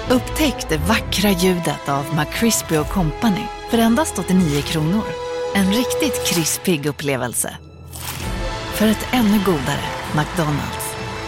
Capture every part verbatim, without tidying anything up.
Upptäck det vackra ljudet av McCrispy och Company för endast åttionio kronor. En riktigt krispig upplevelse. För ett ännu godare McDonald's.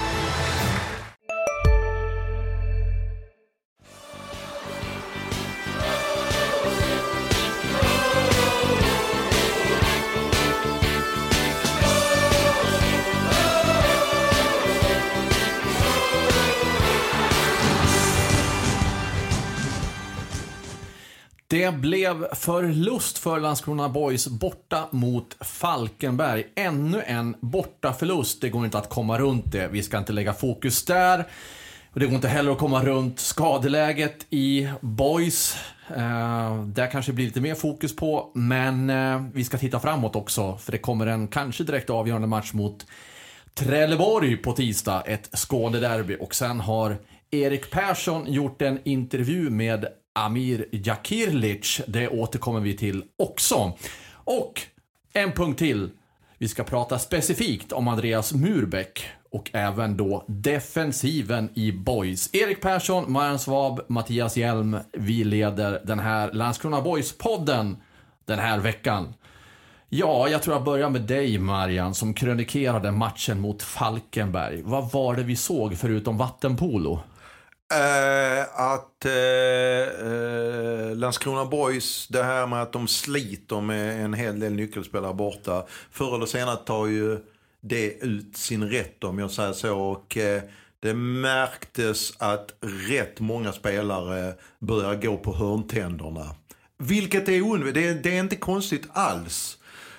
Det blev förlust för Landskrona Boys borta mot Falkenberg. Ännu en borta förlust. Det går inte att komma runt det. Vi ska inte lägga fokus där. Och det går inte heller att komma runt skadeläget i Boys. Eh, där kanske blir lite mer fokus på. Men eh, vi ska titta framåt också. För det kommer en kanske direkt avgörande match mot Trelleborg på tisdag. Ett Skånederby. Och sen har Erik Persson gjort en intervju med Amir Jakirlic. Det återkommer vi till också. Och en punkt till. Vi ska prata specifikt om Andreas Murbeck och även då defensiven i Boys. Erik Persson, Marian Svab, Mattias Hjelm. Vi leder den här Landskrona Boys-podden den här veckan. Ja, jag tror jag börjar med dig, Marian, som kronikerade matchen mot Falkenberg. Vad var det vi såg förutom vattenpolo? Uh, att uh, uh, Landskrona Boys, det här med att de sliter med en hel del nyckelspelare borta, förr eller senare tar ju det ut sin rätt, om jag säger så, och uh, det märktes att rätt många spelare börjar gå på hörntänderna, vilket är oundvikligt. det, det är inte konstigt alls.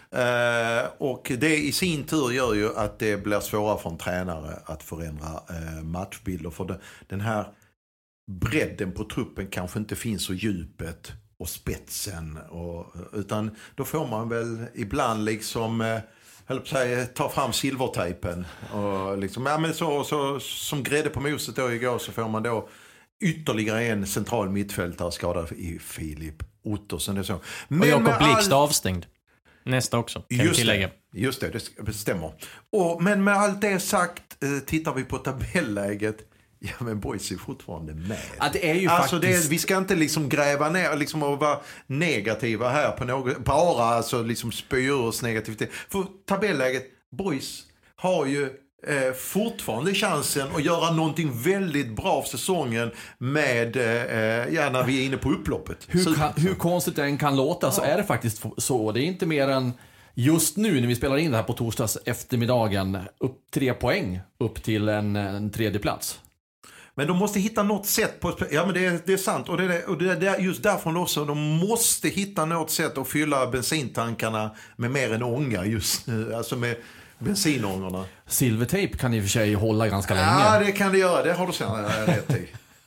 Uh, och det i sin tur gör ju att det blir svårare för en tränare att förändra uh, matchbilder, för det, den här bredden på truppen kanske inte finns, så djupet och spetsen, och, utan då får man väl ibland liksom uh, höll på säga, ta fram silvertejpen och liksom, ja, men så, så, som grädde på moset då igår, så får man då ytterligare en central mittfältare skadad i Filip Ottosson. Det så. Men och Jakob Blixt all... avstängd nästa också, kan just tillägga. Det, just det, det stämmer. Och, men med allt det sagt, tittar vi på tabelläget. Ja, men Boys är fortfarande med. Ja, det är ju alltså faktiskt... det, vi ska inte liksom gräva ner liksom, och vara negativa här på något, bara alltså liksom spöja oss negativitet. För tabelläget, Boys har ju eh, fortfarande chansen att göra någonting väldigt bra för säsongen med, eh, ja, när vi är inne på upploppet. Hur, kan, hur konstigt det än kan låta, så är det faktiskt så. Det är inte mer än just nu när vi spelar in det här på torsdags eftermiddagen upp tre poäng upp till en, en tredje plats. Men de måste hitta något sätt på, ja, men det är, det är sant, och det är, och det är just därifrån också, de måste hitta något sätt att fylla bensintankarna med mer än ånga just nu, alltså med bensinångorna. Silvertejp kan i och för sig hålla ganska länge. Ja, det kan det göra, det har du sen rätt i.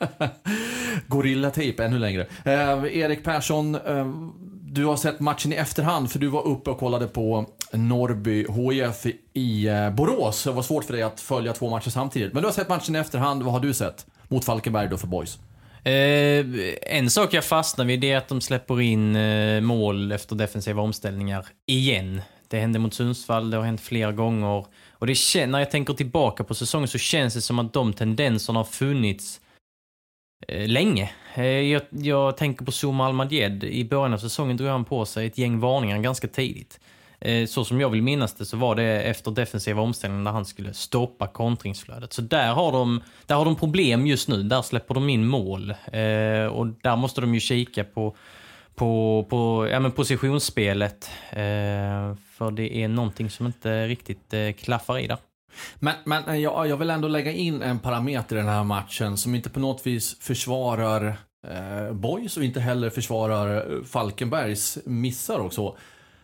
Gorillatejp ännu längre. eh, Erik Persson, eh, du har sett matchen i efterhand, för du var uppe och kollade på Norrby H I F i eh, Borås. Det var svårt för dig att följa två matcher samtidigt, men du har sett matchen i efterhand. Vad har du sett mot Falkenberg då för Boys? Eh, en sak jag fastnar vid är att de släpper in eh, mål efter defensiva omställningar igen. Det hände mot Sundsvall, det har hänt flera gånger. Och det kän- när jag tänker tillbaka på säsongen, så känns det som att de tendenserna har funnits eh, länge. Eh, jag, jag tänker på Zuma Almadjed. I början av säsongen drog han på sig ett gäng varningar ganska tidigt. Eh, så som jag vill minnas det, så var det efter defensiva omställningar när han skulle stoppa kontringsflödet. Så där har de, där har de problem just nu. Där släpper de in mål. Eh, och där måste de ju kika på på, på ja, men positionsspelet. Eh, för det är någonting som inte riktigt eh, klaffar i där. Men, men jag, jag vill ändå lägga in en parameter i den här matchen som inte på något vis försvarar eh, Boys och inte heller försvarar Falkenbergs missar också.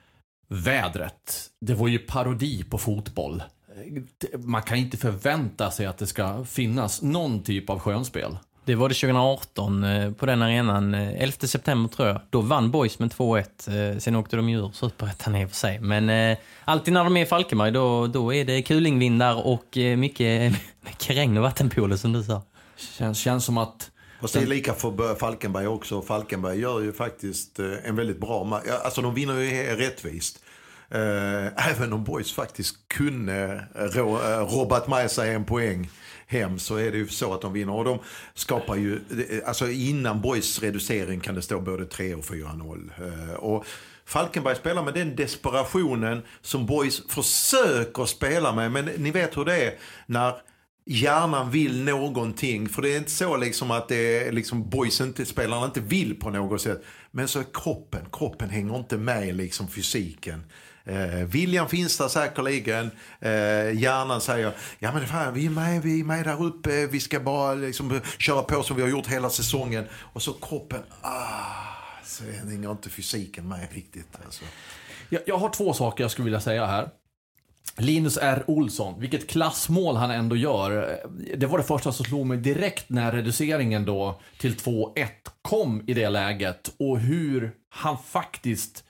Vädret. Det var ju parodi på fotboll. Man kan inte förvänta sig att det ska finnas någon typ av skönspel. Det var det tjugo arton på den arenan, elfte september tror jag. Då vann Boys med två ett. Sen åkte de ur superettan i och för sig. Men eh, alltid när de är i Falkenberg, då, då är det kulingvindar och eh, mycket, mycket regn och vattenpolo som du sa. Känns, känns som att... Fast det är lika för Falkenberg också. Falkenberg gör ju faktiskt en väldigt bra match. Alltså de vinner ju rättvist. Eh, även om Boys faktiskt kunde ro, eh, robbat med sig en poäng hem, så är det ju så att de vinner. Och de skapar ju, alltså innan Boys reducering kan det stå både tre och fyra noll. Eh, och Falkenberg spelar med den desperationen som Boys försöker spela med. Men ni vet hur det är när hjärnan vill någonting. För det är inte så liksom att det är liksom Boys inte, spelarna inte vill på något sätt. Men så är kroppen, kroppen hänger inte med liksom fysiken. Eh, viljan finns där säkerligen. Eh, hjärnan säger, ja men fan, vi är med, vi är med där uppe. Vi ska bara liksom köra på som vi har gjort hela säsongen. Och så kroppen, ah... så hänger inte fysiken med riktigt. Alltså. Jag, jag har två saker jag skulle vilja säga här. Linus R. Olsson, vilket klassmål han ändå gör. Det var det första som slog mig direkt när reduceringen då till två ett kom i det läget. Och hur han faktiskt...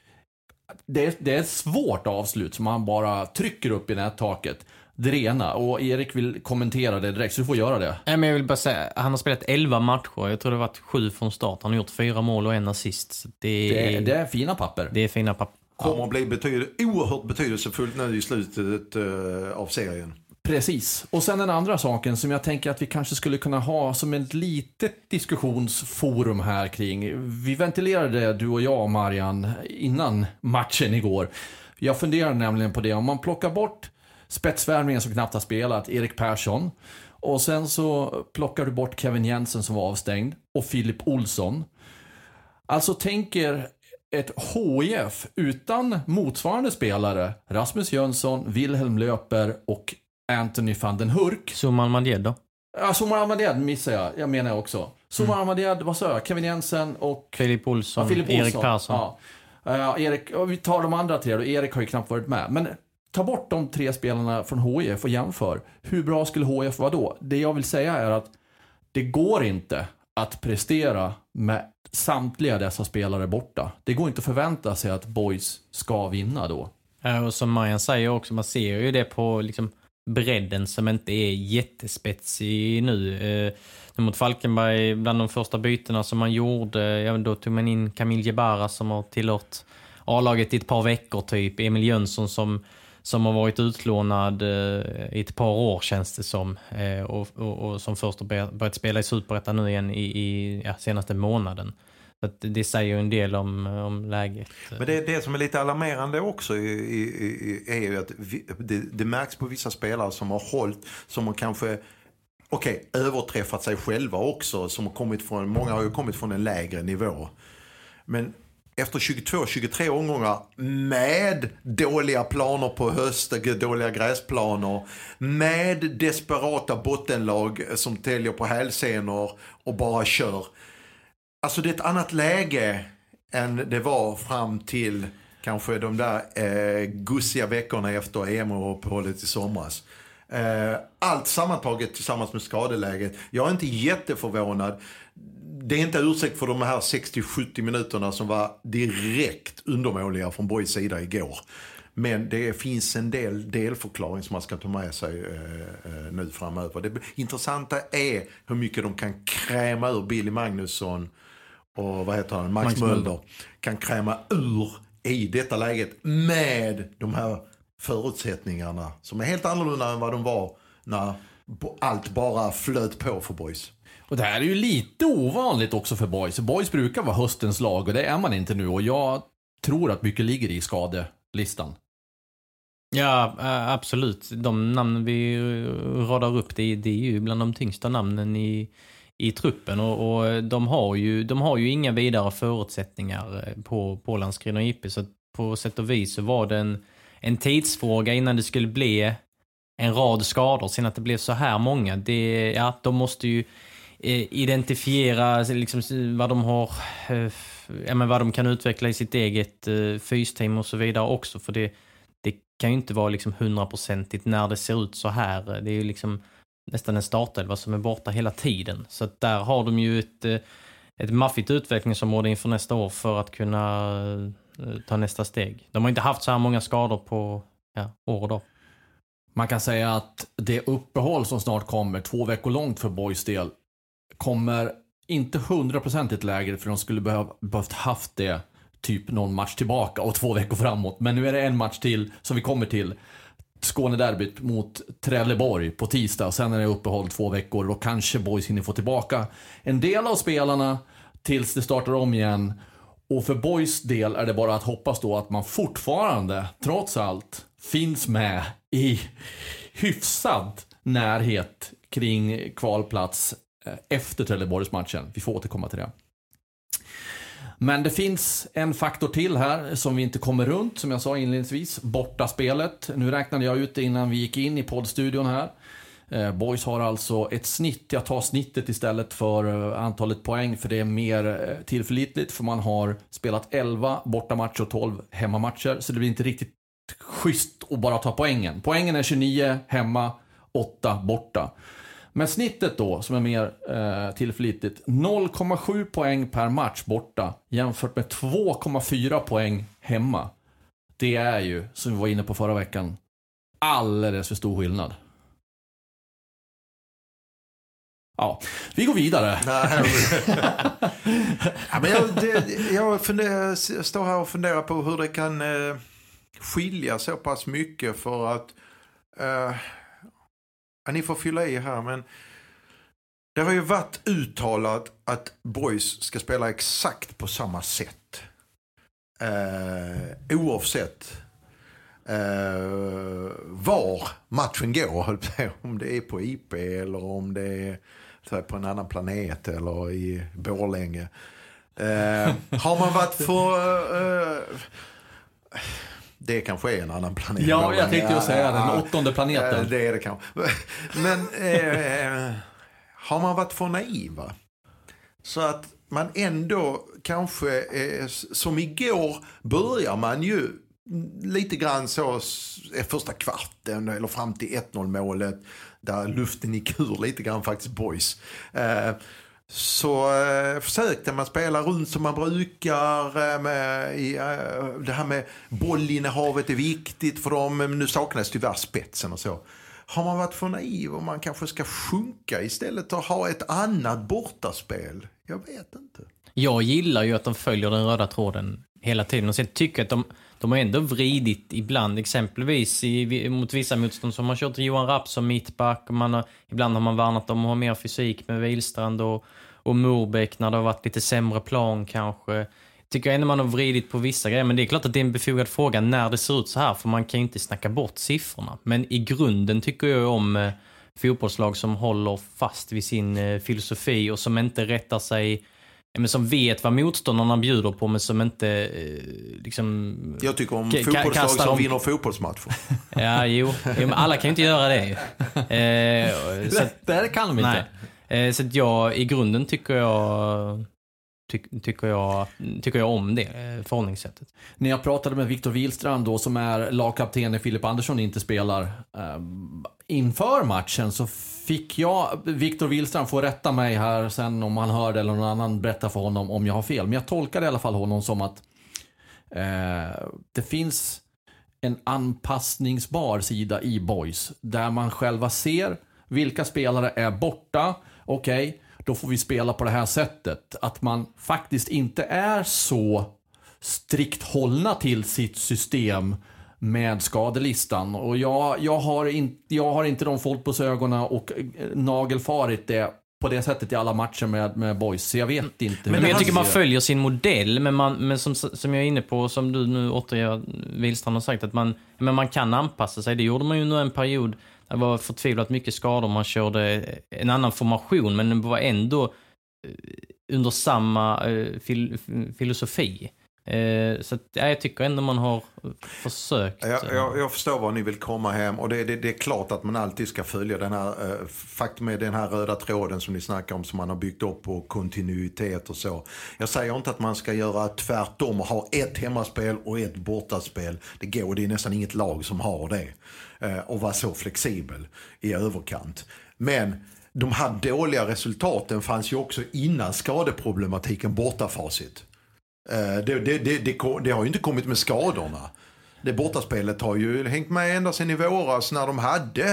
Det är, det är ett svårt avslut som han bara trycker upp i nättaket. Det ena. Och Erik vill kommentera det direkt, så du får göra det. Nej, men jag vill bara säga, han har spelat elva matcher. Jag tror det har varit sju från start. Han har gjort fyra mål och en assist. Så det, det, är, det är fina papper. Det är fina papper. Kommer att bli betyd- oerhört betydelsefullt nu i slutet uh, av serien. Precis. Och sen den andra saken som jag tänker att vi kanske skulle kunna ha som ett litet diskussionsforum här kring. Vi ventilerade, du och jag, Marian, innan matchen igår. Jag funderar nämligen på det. Om man plockar bort spetsvärvningen som knappt har spelat, Erik Persson, och sen så plockar du bort Kevin Jensen som var avstängd och Filip Olsson. Alltså tänker ett H I F utan motsvarande spelare, Rasmus Jönsson, Wilhelm Löper och Anthony van den Hurk. Suman Madjed då? Ja, Suman Ahmadiyed missar jag. Jag menar också. Suman mm. Ahmadiyed, vad sa jag? Kevin Jensen och... Filip Olsson, ja, Filip Olsson. Erik Persson. Ja. Uh, Erik, och vi tar de andra tre då. Erik har ju knappt varit med. Men ta bort de tre spelarna från H I F och jämför. Hur bra skulle H I F vara då? Det jag vill säga är att det går inte att prestera med samtliga dessa spelare borta. Det går inte att förvänta sig att Boys ska vinna då. Ja, och som Marian säger också, man ser ju det på liksom bredden som inte är jättespetsig nu. Eh, mot Falkenberg, bland de första bytena som man gjorde, ja, då tog man in Camille Jebara som har tillhört A-laget i ett par veckor typ. Emil Jönsson som, som har varit utlånad eh, i ett par år känns det som. Eh, och, och, och som först har börjat spela i Superettan nu igen i, i ja, senaste månaden. Så att det säger ju en del om, om läget. Men det, det som är lite alarmerande också i, i, i, är ju att vi, det, det märks på vissa spelare som har hållit, som har kanske okej, okay, överträffat sig själva också, som har kommit från, många har ju kommit från en lägre nivå. Men efter tjugotvå tjugotre omgångar med dåliga planer på höst, dåliga gräsplaner, med desperata bottenlag som täljer på hälsenor och bara kör. Alltså det är ett annat läge än det var fram till kanske de där eh, gussiga veckorna efter E M-uppehållet i somras. Eh, allt sammantaget tillsammans med skadeläget. Jag är inte jätteförvånad. Det är inte ursäkt för de här sextio till sjuttio minuterna som var direkt undermåliga från Boys sida igår. Men det finns en del delförklaring som man ska ta med sig eh, nu framöver. Det intressanta är hur mycket de kan kräma ur Billy Magnusson och vad heter han? Max, Max Mölder. Mölder. Kan kräma ur i detta läget med de här förutsättningarna som är helt annorlunda än vad de var när allt bara flöt på för Boys. Och det här är ju lite ovanligt också för Boys. Boys brukar vara höstens lag och det är man inte nu. Och jag tror att mycket ligger i skadelistan. Ja, absolut. De namn vi radar upp, det, det är ju bland de tyngsta namnen i, i truppen. Och, och de, har ju, de har ju inga vidare förutsättningar på, på Landskrona och I P. Så på sätt och vis så var det en, en tidsfråga innan det skulle bli en rad skador. Sen att det blev så här många, det, ja, de måste ju identifiera liksom, vad de har, ja, men vad de kan utveckla i sitt eget uh, fysteam och så vidare också, för det, det kan ju inte vara liksom hundraprocentigt när det ser ut så här. Det är ju liksom nästan en startelva som är borta hela tiden, så att där har de ju ett, ett maffigt utvecklingsområde inför nästa år för att kunna uh, ta nästa steg. De har inte haft så här många skador på ja, år och dag. Man kan säga att det uppehåll som snart kommer, två veckor långt för Boys del, kommer inte hundraprocentigt lägre, för de skulle behöv, behövt haft det typ någon match tillbaka och två veckor framåt. Men nu är det en match till som vi kommer till. Skånederbyt mot Trelleborg på tisdag. Och sen är det uppehåll två veckor. Då kanske boys hinner få tillbaka en del av spelarna tills det startar om igen. Och för boys del är det bara att hoppas då att man fortfarande, trots allt, finns med i hyfsad närhet kring kvalplats efter Trelleborgsmatchen. Vi får återkomma till det. Men det finns en faktor till här som vi inte kommer runt, som jag sa inledningsvis. Bortaspelet. Nu räknade jag ut det innan vi gick in i poddstudion här. Eh, boys har alltså ett snitt. Jag tar snittet istället för eh, antalet poäng, för det är mer eh, tillförlitligt. För man har spelat elva bortamatcher och tolv hemmamatcher. Så det blir inte riktigt schysst att bara ta poängen. Poängen är tjugonio hemma, åtta borta. Men snittet då, som är mer eh, tillförlitligt, noll komma sju poäng per match borta jämfört med två komma fyra poäng hemma. Det är ju, som vi var inne på förra veckan, alldeles för stor skillnad. Ja, vi går vidare. Nej, ja, men jag, det, jag, funderar, jag står här och funderar på hur det kan eh, skilja så pass mycket, för att eh, ja, ni får fylla i här, men det har ju varit uttalat att boys ska spela exakt på samma sätt. Eh, oavsett eh, var matchen går, om det är på I P eller om det är på en annan planet eller i Borlänge. Eh, har man varit för... Eh, det kanske är en annan planet. Ja, jag tänkte ju säga den åttonde planeten. Det är det kanske. Men eh, har man varit för naiva? Så att man ändå kanske, eh, som igår, börjar man ju lite grann så första kvarten eller fram till ett noll målet, där luften gick ur lite grann faktiskt boys. Eh, så eh, försökte man spela runt som man brukar. Eh, med, i, eh, det här med bollinnehavet är viktigt för dem, men nu saknas tyvärr spetsen och så. Har man varit för naiv och man kanske ska sjunka istället och ha ett annat bortaspel? Jag vet inte. Jag gillar ju att de följer den röda tråden hela tiden, och sen tycker att de, de har ändå vridit ibland, exempelvis i, mot vissa motstånd som har kört Johan Rapp som mittback, och man har, ibland har man varnat dem att ha mer fysik med Wihlstrand och, och Morbäck när det har varit lite sämre plan kanske. Tycker jag ändå man har vridit på vissa grejer, men det är klart att det är en befogad fråga när det ser ut så här, för man kan ju inte snacka bort siffrorna. Men i grunden tycker jag om eh, fotbollslag som håller fast vid sin eh, filosofi och som inte rättar sig, men som vet vad motståndarna bjuder på, men som inte eh, liksom... Jag tycker om k- fotbollslag som om... vinner fotbollsmatcher. Ja, jo. jo men alla kan ju inte göra det. Eh, så att, det kan de inte. Nej. Eh, så att jag, i grunden tycker jag... Ty- tycker, jag, tycker jag om det eh, förhållningssättet. När jag pratade med Victor Wihlstrand då, som är lagkapten när Filip Andersson inte spelar, eh, inför matchen, så fick jag Victor Wihlstrand få rätta mig här sen om han hörde eller någon annan berätta för honom om jag har fel. Men jag tolkade i alla fall honom som att eh, det finns en anpassningsbar sida i boys där man själva ser vilka spelare är borta. Okej, okay, då får vi spela på det här sättet. Att man faktiskt inte är så strikt hållna till sitt system med skadelistan. Och jag, jag, har, in, jag har inte de folk på ögonen och nagelfarit det på det sättet i alla matcher med, med boys. Så jag vet inte. Men, men jag tycker man följer sin modell. Men, man, men som, som jag är inne på, som du nu återigen Wihlstrand har sagt, att man, men man kan anpassa sig. Det gjorde man ju under en period. Det var förtvivlat mycket skador. Man körde en annan formation, men det var ändå under samma uh, fil- filosofi. Uh, så att, ja, jag tycker ändå man har försökt. Jag, jag, jag förstår vad ni vill komma hem. Och det, det, det är klart att man alltid ska följa den här, uh, faktum med den här röda tråden som ni snackar om, som man har byggt upp på kontinuitet och så. Jag säger inte att man ska göra tvärtom och ha ett hemmaspel och ett bortaspel. Det går, det är nästan inget lag som har det. Och vara så flexibel i överkant. Men de här dåliga resultaten fanns ju också innan skadeproblematiken bortafacit. Det, det, det, det, det har ju inte kommit med skadorna. Det bortaspelet har ju hängt med ända sedan i våras när de hade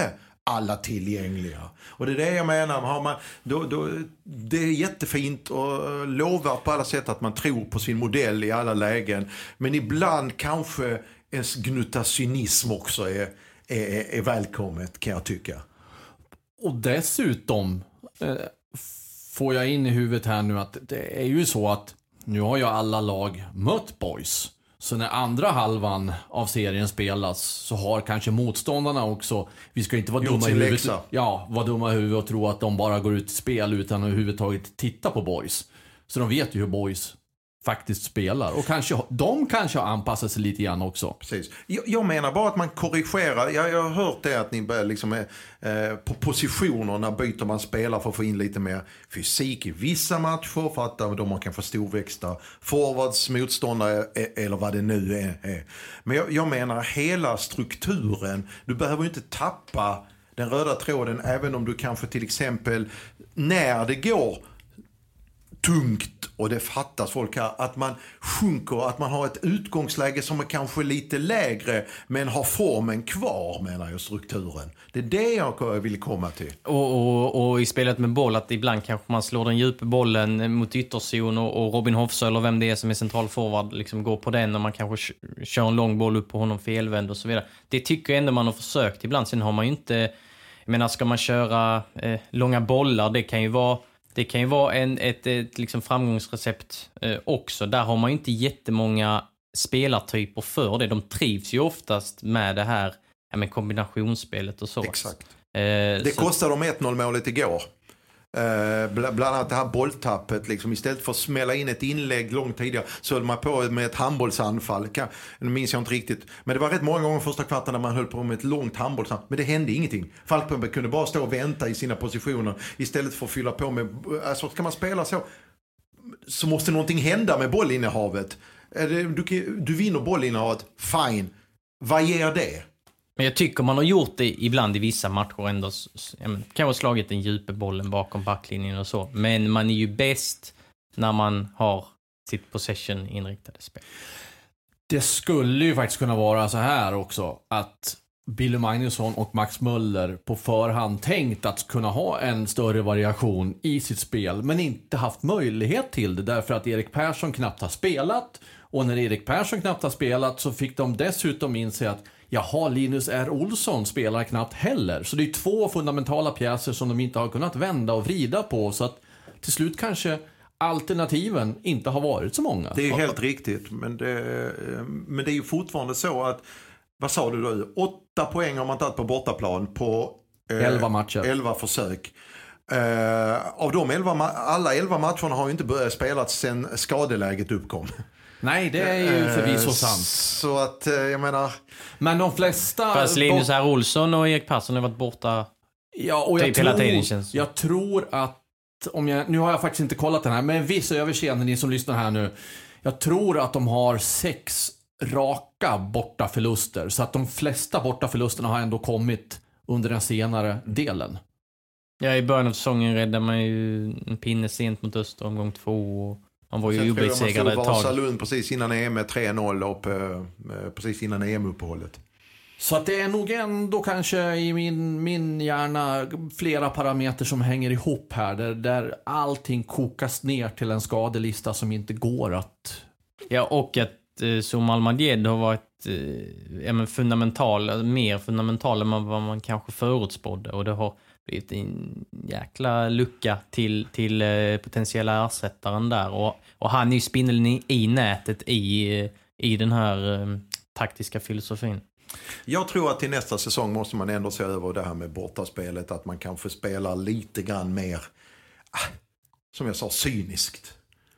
alla tillgängliga. Och det är det jag menar. Har man, då, då, det är jättefint och lovar på alla sätt att man tror på sin modell i alla lägen. Men ibland kanske en gnutta cynism också är, är, är välkommet, kan jag tycka. Och dessutom eh, får jag in i huvudet här nu att det är ju så att nu har ju alla lag mött boys. Så när andra halvan av serien spelas så har kanske motståndarna också, vi ska inte vara dumma i huvudet, ja, vara dumma i huvudet och tro att de bara går ut i spel utan att överhuvudtaget titta på boys. Så de vet ju hur boys faktiskt spelar. Och kanske, de kanske har anpassat sig lite grann också. Precis. Jag, jag menar bara att man korrigerar. Jag, jag har hört det att ni börjar liksom eh, på positionerna byter man spelare för att få in lite mer fysik i vissa matcher för att de kan få storväxta forwards, motståndare eller vad det nu är. Men jag, jag menar hela strukturen. Du behöver ju inte tappa den röda tråden även om du kanske till exempel när det går tungt och det fattas folk här, att man sjunker, att man har ett utgångsläge som är kanske lite lägre men har formen kvar, menar jag, strukturen. Det är det jag vill komma till. Och, och, och i spelet med boll, att ibland kanske man slår den djupa bollen mot ytterzon och, och Robin Hofsö eller vem det är som är central forward liksom går på den och man kanske kör en lång boll upp på honom felvänd och så vidare. Det tycker jag ändå man har försökt ibland. Sen har man ju inte, jag menar, ska man köra eh, långa bollar, det kan ju vara Det kan ju vara en, ett, ett liksom framgångsrecept eh, också. Där har man ju inte jättemånga spelartyper för det. De trivs ju oftast med det här ja, med kombinationsspelet och så. Exakt. Eh, det så... kostade dem ett noll målet igår. Eh, bland annat det här bolltappet. Liksom, istället för att smälla in ett inlägg långt tidigare så höll man på med ett handbollsanfall. Nu minns jag inte riktigt. Men det var rätt många gånger första kvarten när man höll på med ett långt handbollsanfall. Men det hände ingenting. Falkenberg kunde bara stå och vänta i sina positioner istället för att fylla på med... Alltså ska man spela så så måste någonting hända med bollinnehavet. Du, du vinner bollinnehavet, fine. Vad ger det? Men jag tycker man har gjort det ibland i vissa matcher ändå. Kan ha slagit den djupa bollen bakom backlinjen och så. Men man är ju bäst när man har sitt possession-inriktade spel. Det skulle ju faktiskt kunna vara så här också. Att Billy Magnusson och Max Möller på förhand tänkt att kunna ha en större variation i sitt spel. Men inte haft möjlighet till det. Därför att Erik Persson knappt har spelat. Och när Erik Persson knappt har spelat så fick de dessutom inse att jaha, Linus R. Olsson spelar knappt heller. Så det är två fundamentala pjäser som de inte har kunnat vända och vrida på. Så att till slut kanske alternativen inte har varit så många. Det är helt riktigt. Men det, men det är ju fortfarande så att, vad sa du då? Åtta poäng har man tagit på bortaplan på eh, elva matcher. Elva försök. Eh, av de elva, alla elva matcherna har ju inte börjat spelas sedan skadeläget uppkom. Nej, det är ju förvisso sant. Så att, jag menar... Men de flesta... Fast Linus R. Olsson och Erik Persson har varit borta ja, och jag typ tror, hela tiden, känns. Jag tror att... Om jag, nu har jag faktiskt inte kollat den här, men viss överseende ni som lyssnar här nu. Jag tror att de har sex raka bortaförluster. Så att de flesta bortaförlusterna har ändå kommit under den senare delen. Ja, i början av säsongen räddade man ju en pinne sent mot Öster omgång två och man var ju obesegrad ett tag. Vasalund precis innan E M med tre noll och eh, precis innan E M-uppehållet. Så att det är nog ändå kanske i min, min hjärna flera parametrar som hänger ihop här. Där, där allting kokas ner till en skadelista som inte går att... Ja, och att eh, som Almadjed har varit eh, ja, men fundamental, mer fundamental än vad man kanske förutspådde. Och det har blivit en jäkla lucka till, till eh, potentiella ersättaren där. Och, och han är ju spindeln i, i nätet i, i den här eh, taktiska filosofin. Jag tror att till nästa säsong måste man ändå se över det här med bortaspelet. Att man kanske spelar lite grann mer, som jag sa, cyniskt.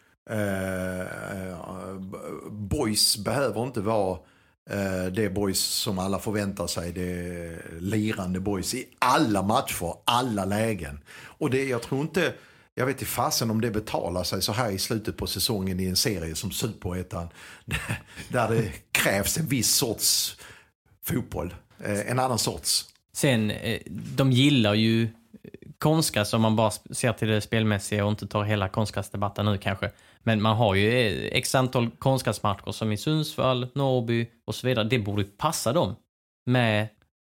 Eh, boys behöver inte vara eh, det boys som alla förväntar sig. Det är lirande boys i alla matcher, alla lägen. Och det, jag tror inte... Jag vet i fasen om det betalar sig så här i slutet på säsongen i en serie som Superettan. Där det krävs en viss sorts fotboll. En annan sorts. Sen, de gillar ju konstgräs om man bara ser till det spelmässiga och inte tar hela konstgräsdebatten nu kanske. Men man har ju x antal konstgräsmatcher som i Sundsvall, Norrby och så vidare. Det borde passa dem med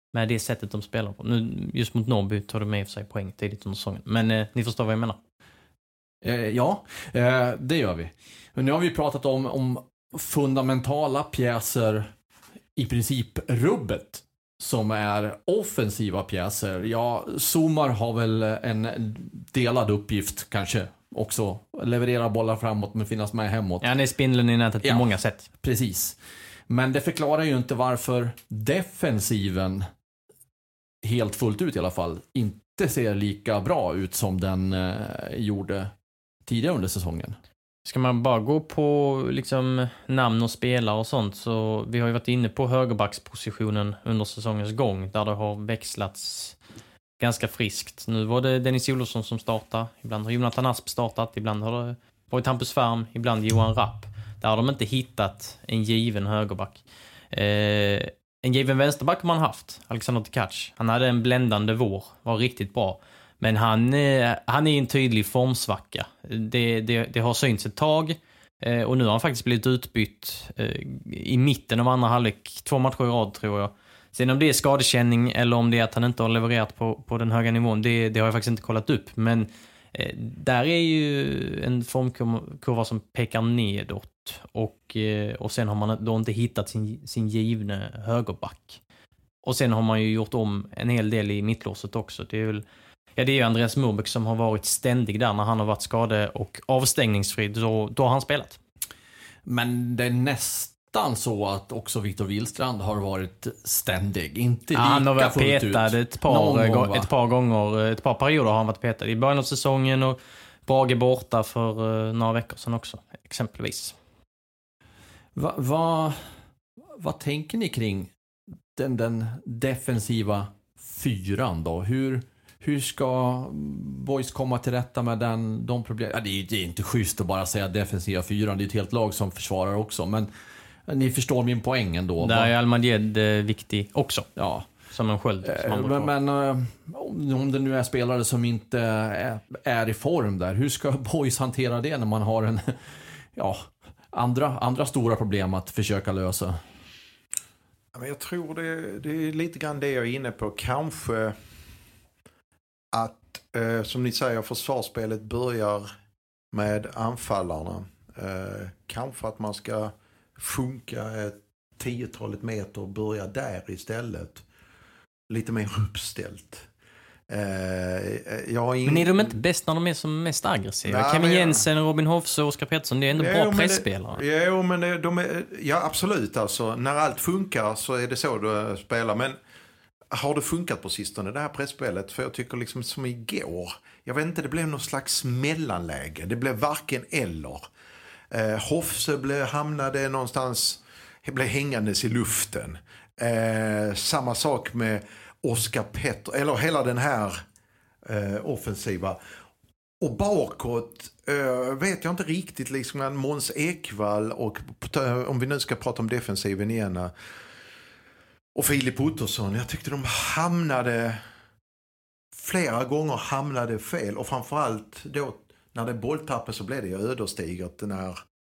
med det sättet de spelar på. Nu, just mot Norrby tar du med för sig poäng tidigt under säsongen. Men eh, ni förstår vad jag menar. Eh, ja, eh, det gör vi. Men nu har vi pratat om, om fundamentala pjäser, i princip rubbet, som är offensiva pjäser. Ja, Somar har väl en delad uppgift kanske också. Leverera bollar framåt men finnas med hemåt. Ja, det är spindeln i nätet på ja, många sätt. Precis. Men det förklarar ju inte varför defensiven, helt fullt ut i alla fall, inte ser lika bra ut som den eh, gjorde tidigare under säsongen. Ska man bara gå på liksom namn och spelare och sånt, så vi har ju varit inne på högerbackspositionen under säsongens gång där det har växlats ganska friskt. Nu var det Dennis Olofsson som startade, ibland har Jonathan Asp startat, ibland har det varit Hampus Färm, ibland Johan Rapp. Där har de inte hittat en given högerback. Eh, en given vänsterback har man haft, Alexander Tkac. Han hade en bländande vår, var riktigt bra. Men han, eh, han är en tydlig formsvacka. Det, det, det har synts ett tag. Eh, och nu har han faktiskt blivit utbytt eh, i mitten av andra halvlek. Två matcher i rad tror jag. Sen om det är skadekänning eller om det är att han inte har levererat på, på den höga nivån, det, det har jag faktiskt inte kollat upp. Men eh, där är ju en formkurva som pekar nedåt. Och, eh, och sen har man då inte hittat sin, sin givne högerback. Och sen har man ju gjort om en hel del i mittlåset också. Det är väl Ja, det är ju Andreas Murbeck som har varit ständig där när han har varit skade- och avstängningsfri. Då, då har han spelat. Men det är nästan så att också Viktor Wihlstrand har varit ständig. Inte ja, lika han har varit fullt petad ut. Ett, par, gång, ett par gånger. Ett par perioder har han varit petad. I början av säsongen och Brage borta för uh, några veckor sedan också, exempelvis. Vad va, va tänker ni kring den, den defensiva fyran då? Hur... Hur ska boys komma till rätta med den, de problem? Ja, det, är, det är inte schysst att bara säga defensiva fyran. Det är ett helt lag som försvarar också. Men ni förstår min poäng ändå. Där är Almadjed eh, viktig också. Ja. Som en sköld. Eh, men men eh, om det nu är spelare som inte är, är i form där. Hur ska boys hantera det när man har en, ja, andra, andra stora problem att försöka lösa? Men jag tror det, det är lite grann det jag är inne på. Kanske... att, eh, som ni säger, försvarsspelet börjar med anfallarna. Eh, kanske att man ska funka ett tiotalet meter och börja där istället. Lite mer uppställt. Eh, jag in... Men är de inte bäst när de är som mest aggressiva? Nej, Kevin jag... Jensen, Robin Hofse och Oskar Pettersson, det är ändå jo, bra pressspelare. Det, jo, men det, de är, ja, absolut. Alltså, när allt funkar så är det så du spelar. Men har det funkat på sistone, det här pressspelet? För jag tycker liksom som igår. Jag vet inte, det blev någon slags mellanläge. Det blev varken eller. Eh, Hofse blev, hamnade någonstans, blev hängandes i luften. Eh, samma sak med Oskar Petter, eller hela den här eh, offensiva. Och bakåt eh, vet jag inte riktigt liksom Måns Ekvall och om vi nu ska prata om defensiven igen och Filip Ottosson, jag tyckte de hamnade flera gånger hamnade fel och framförallt då när det bolltappade så blev det ödesdigert när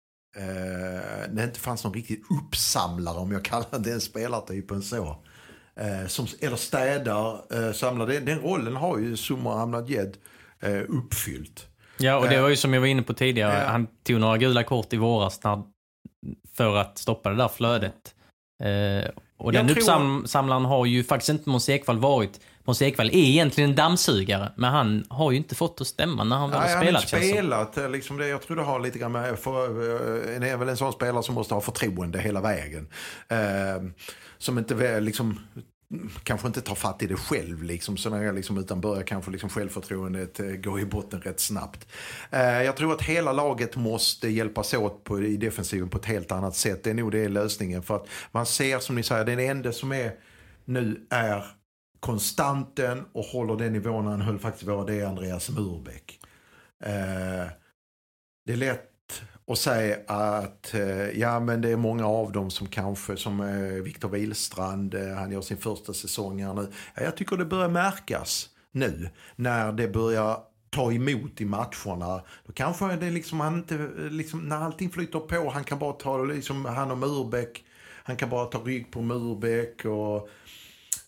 eh, det inte fanns någon riktigt uppsamlare, om jag kallar den spelartypen så. Eh, som, eller städar, eh, samlar. Den, den rollen har ju Somar Ahmadiyed eh, uppfyllt. Ja, och det var ju som jag var inne på tidigare. Eh, han tog några gula kort i våras när, för att stoppa det där flödet. Eh, och den tror... uppsamlaren har ju faktiskt inte Måns Ekvall varit. Måns Ekvall är egentligen en dammsugare, men han har ju inte fått att stämma när han väl har spelat. Han har spelat, liksom det, jag tror det har lite grann med, för, det är väl en sån spelare som måste ha förtroende hela vägen. Eh, som inte liksom kanske inte tar fatt i det själv liksom, så när jag liksom, utan börjar kanske liksom självförtroendet eh, gå i botten rätt snabbt. Eh, jag tror att hela laget måste hjälpas åt på, i defensiven på ett helt annat sätt. Det är nog det är lösningen, för att man ser, som ni säger, den enda som är nu är konstanten och håller den nivån han höll faktiskt vara, det är Andreas Murbeck. Eh, det är lätt att säga att eh, ja, men det är många av dem som kanske, som eh, Viktor Wihlstrand, eh, han gör sin första säsong här nu. Ja, jag tycker det börjar märkas nu när det börjar ta emot i matcherna. Då kanske det liksom, han inte, liksom, när allting flyter på, han kan bara ta liksom, han och Murbeck, han kan bara ta rygg på Murbeck och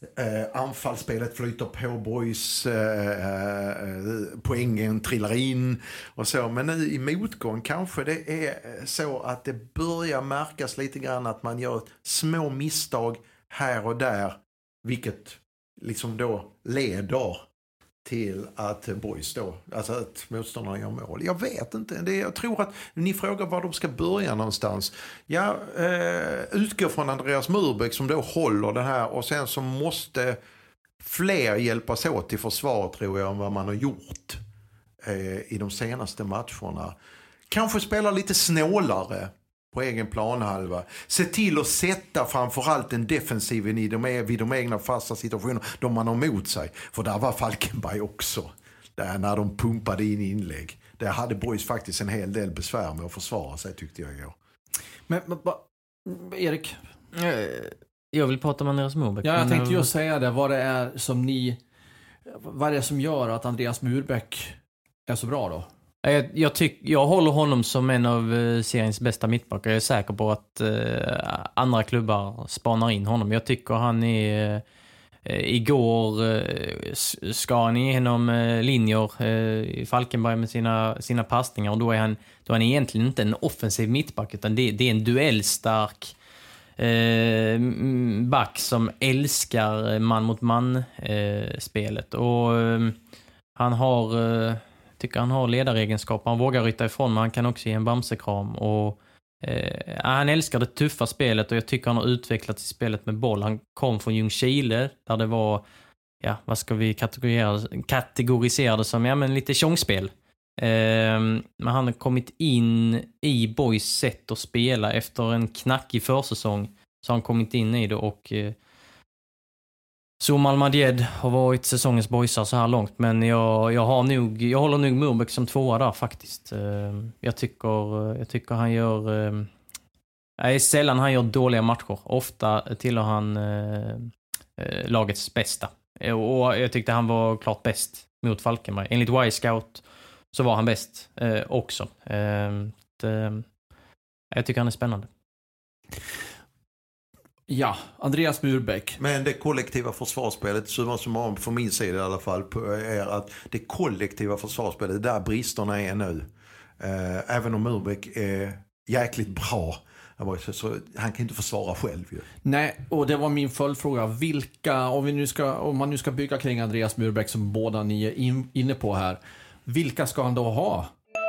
Eh, anfallsspelet flyter på, boys eh, eh, poängen trillar in och så. Men nu i motgång kanske det är så att det börjar märkas lite grann att man gör små misstag här och där, vilket liksom då leder till att boys då, alltså att motståndarna gör mål. Jag vet inte, det, jag tror att ni frågar var de ska börja någonstans. Jag eh, utgår från Andreas Murbeck som då håller det här, och sen så måste fler hjälpas åt till försvar, tror jag, än vad man har gjort eh, i de senaste matcherna. Kanske spela lite snålare på egen planhalva. Se till att sätta framförallt den defensiven i de, vid de egna fasta situationer de man har mot sig. För där var Falkenberg också. Där när de pumpade in inlägg. Där hade boys faktiskt en hel del besvär med att försvara sig, tyckte jag igår. Men, men ba, Erik? Jag vill prata med Andreas Murbeck. Ja, jag tänkte just säga det. Vad det är som ni... Vad är det som gör att Andreas Murbeck är så bra då? Jag, jag, tyck, jag håller honom som en av uh, seriens bästa mittbackar. Jag är säker på att uh, andra klubbar spanar in honom. Jag tycker han är... Uh, igår uh, skar han igenom uh, linjer uh, i Falkenberg med sina, sina passningar. Och då är, han, då är han egentligen inte en offensiv mittback, utan det, det är en duellstark uh, back som älskar man mot man uh, spelet. Och uh, han har... Uh, tycker han har ledaregenskaper. Han vågar rytta ifrån, men han kan också ge en bamsekram. Och, eh, han älskar det tuffa spelet, och jag tycker han har utvecklats i spelet med boll. Han kom från Ljungskile där det var, ja, vad ska vi kategorisera, kategorisera det som? Ja, men lite tjongspel. Eh, men han har kommit in i boys sätt att spela efter en knackig försäsong. Så har han kommit in i det, och eh, Som Almadjed har varit säsongens boysar så här långt, men jag, jag, har nog, jag håller nog Murbeck som tvåa där faktiskt. Jag tycker, jag tycker han gör... Nej, sällan han gör dåliga matcher. Ofta tillhör han eh, lagets bästa. Och jag tyckte han var klart bäst mot Falkenberg. Enligt Y-Scout så var han bäst eh, också. Eh, det, jag tycker han är spännande. Ja, Andreas Murbeck. Men det kollektiva försvarsspelet, summa summarum från min sida i alla fall, är att det kollektiva försvarsspelet, där bristerna är nu. Eh, även om Murbeck är jäkligt bra, så, så han kan inte försvara själv ju. Nej, och det var min följdfråga. Vilka, om, vi nu ska, om man nu ska bygga kring Andreas Murbeck som båda ni är in, inne på här, vilka ska han då ha?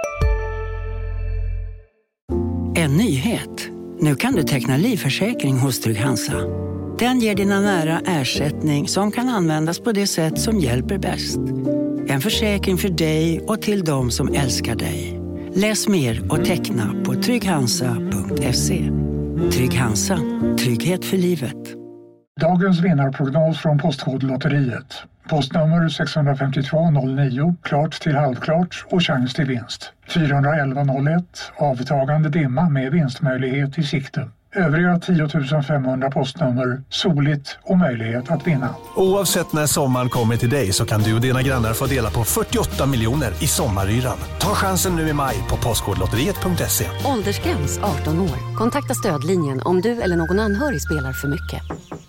En nyhet. Nu kan du teckna livförsäkring hos Trygg-Hansa. Den ger dina nära ersättning som kan användas på det sätt som hjälper bäst. En försäkring för dig och till de som älskar dig. Läs mer och teckna på trygghansa punkt se. Trygg-Hansa. Trygghet för livet. Dagens vinnarprognos från Postkodlotteriet. Postnummer sex fem två noll nio, klart till halvklart och chans till vinst. fyra ett ett noll ett, avtagande dimma med vinstmöjlighet i sikte. Övriga tio tusen femhundra postnummer, soligt och möjlighet att vinna. Oavsett när sommaren kommer till dig så kan du och dina grannar få dela på fyrtioåtta miljoner i sommaryran. Ta chansen nu i maj på postkodlotteriet punkt se. Åldersgräns arton år. Kontakta stödlinjen om du eller någon anhörig spelar för mycket.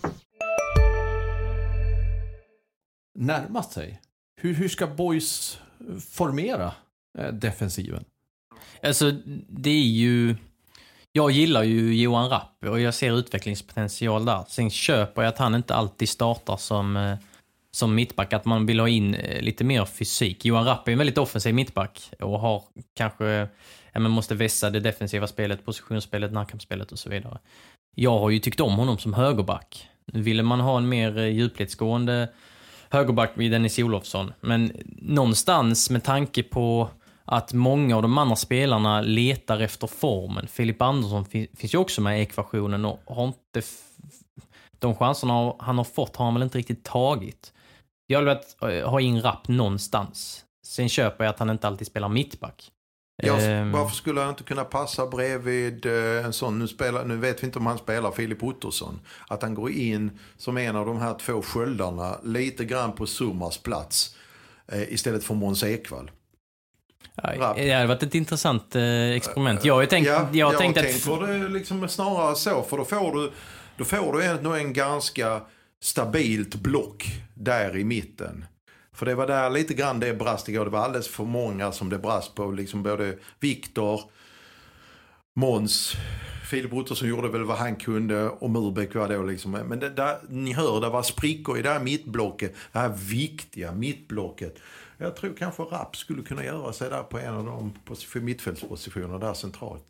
Närmat sig. Hur, hur ska boys formera eh, defensiven? Alltså, det är ju... Jag gillar ju Johan Rapp och jag ser utvecklingspotential där. Sen köper jag att han inte alltid startar som, som mittback. Att man vill ha in lite mer fysik. Johan Rapp är en väldigt offensiv mittback och har kanske... Ja, man måste vässa det defensiva spelet, positionsspelet, närkampsspelet och så vidare. Jag har ju tyckt om honom som högerback. Nu ville man ha en mer djupledsgående högerback vid Dennis Olofsson. Men någonstans med tanke på att många av de andra spelarna letar efter formen. Filip Andersson finns ju också med i ekvationen och har inte f- de chanserna han har fått har han väl inte riktigt tagit. Jag vill att ha in Rapp någonstans. Sen köper jag att han inte alltid spelar mittback. Ja, ehm. varför skulle han inte kunna passa bredvid en sån, nu, spelar, nu vet vi inte om han spelar Filip Ottosson, att han går in som en av de här två sköldarna lite grann på Summars plats eh, istället för Måns Ekvall. Ja, det hade varit ett intressant eh, experiment. Jag har ju tänkt, ja, jag har jag tänkt tänkt att... för det liksom snarare så, för då får du, då får du ändå en ganska stabilt block där i mitten. För det var där lite grann det brast igår. Det var alldeles för många som det brast på. Liksom både Viktor, Måns, Filip Ottosson gjorde väl vad han kunde och Murbeck var då liksom. Men det där, ni hör, det var sprickor i det här mittblocket. Det här viktiga mittblocket. Jag tror kanske Rapp skulle kunna göra sig där på en av de mittfältspositionerna där centralt.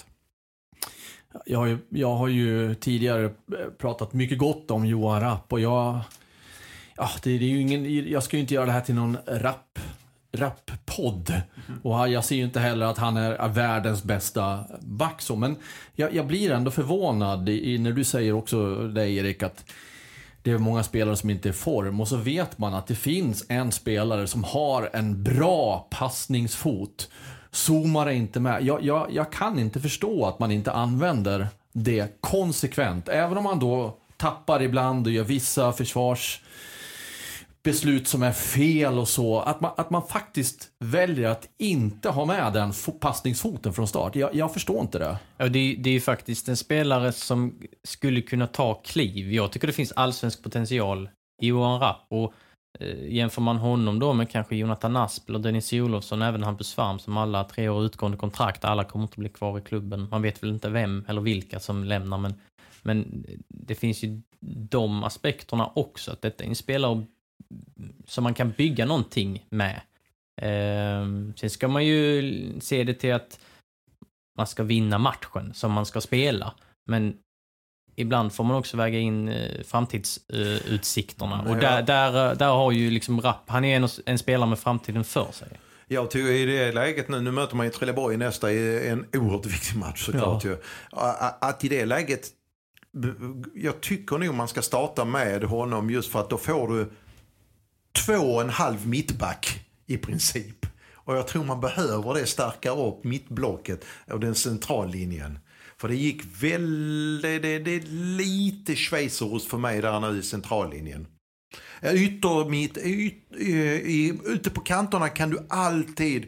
Jag har, ju, jag har ju tidigare pratat mycket gott om Johan Rapp och jag, ja, det, det är ju ingen, jag ska ju inte göra det här till någon rap, rap-podd. Mm. Och jag ser ju inte heller att han är världens bästa back så, men jag, jag blir ändå förvånad i, när du säger också det, Erik, att det är många spelare som inte är i form, och så vet man att det finns en spelare som har en bra passningsfot. Zoomar inte med. Jag, jag, jag kan inte förstå att man inte använder det konsekvent. Även om man då tappar ibland och gör vissa försvarsbeslut som är fel och så. Att man, att man faktiskt väljer att inte ha med den passningsfoten från start. Jag, jag förstår inte det. Ja, det, det är ju faktiskt en spelare som skulle kunna ta kliv. Jag tycker det finns allsvensk potential i Johan Rapp. Och eh, jämför man honom då med kanske Jonathan Asp eller Dennis Olofsson, även Hampus Farm som alla tre år utgående kontrakt. Alla kommer inte bli kvar i klubben. Man vet väl inte vem eller vilka som lämnar. Men, men det finns ju de aspekterna också. Att detta är en spelare som man kan bygga någonting med. Eh, sen ska man ju se det till att man ska vinna matchen som man ska spela. Men ibland får man också väga in eh, framtidsutsikterna. Eh, och där, där, där har ju liksom Rapp, han är en, en spelare med framtiden för sig. Jag tycker i det läget nu, nu möter man ju Trelleborg nästa i en oerhört viktig match såklart ja. ju. Att i det läget, jag tycker nog man ska starta med honom just för att då får du två och en halv mittback i princip. Och jag tror man behöver det stärka upp mittblocket och den centrallinjen. För det gick väldigt, det, det är lite schweizerost för mig där nu i centrallinjen. Ytter, mitt, yt, y, ute på kanterna kan du alltid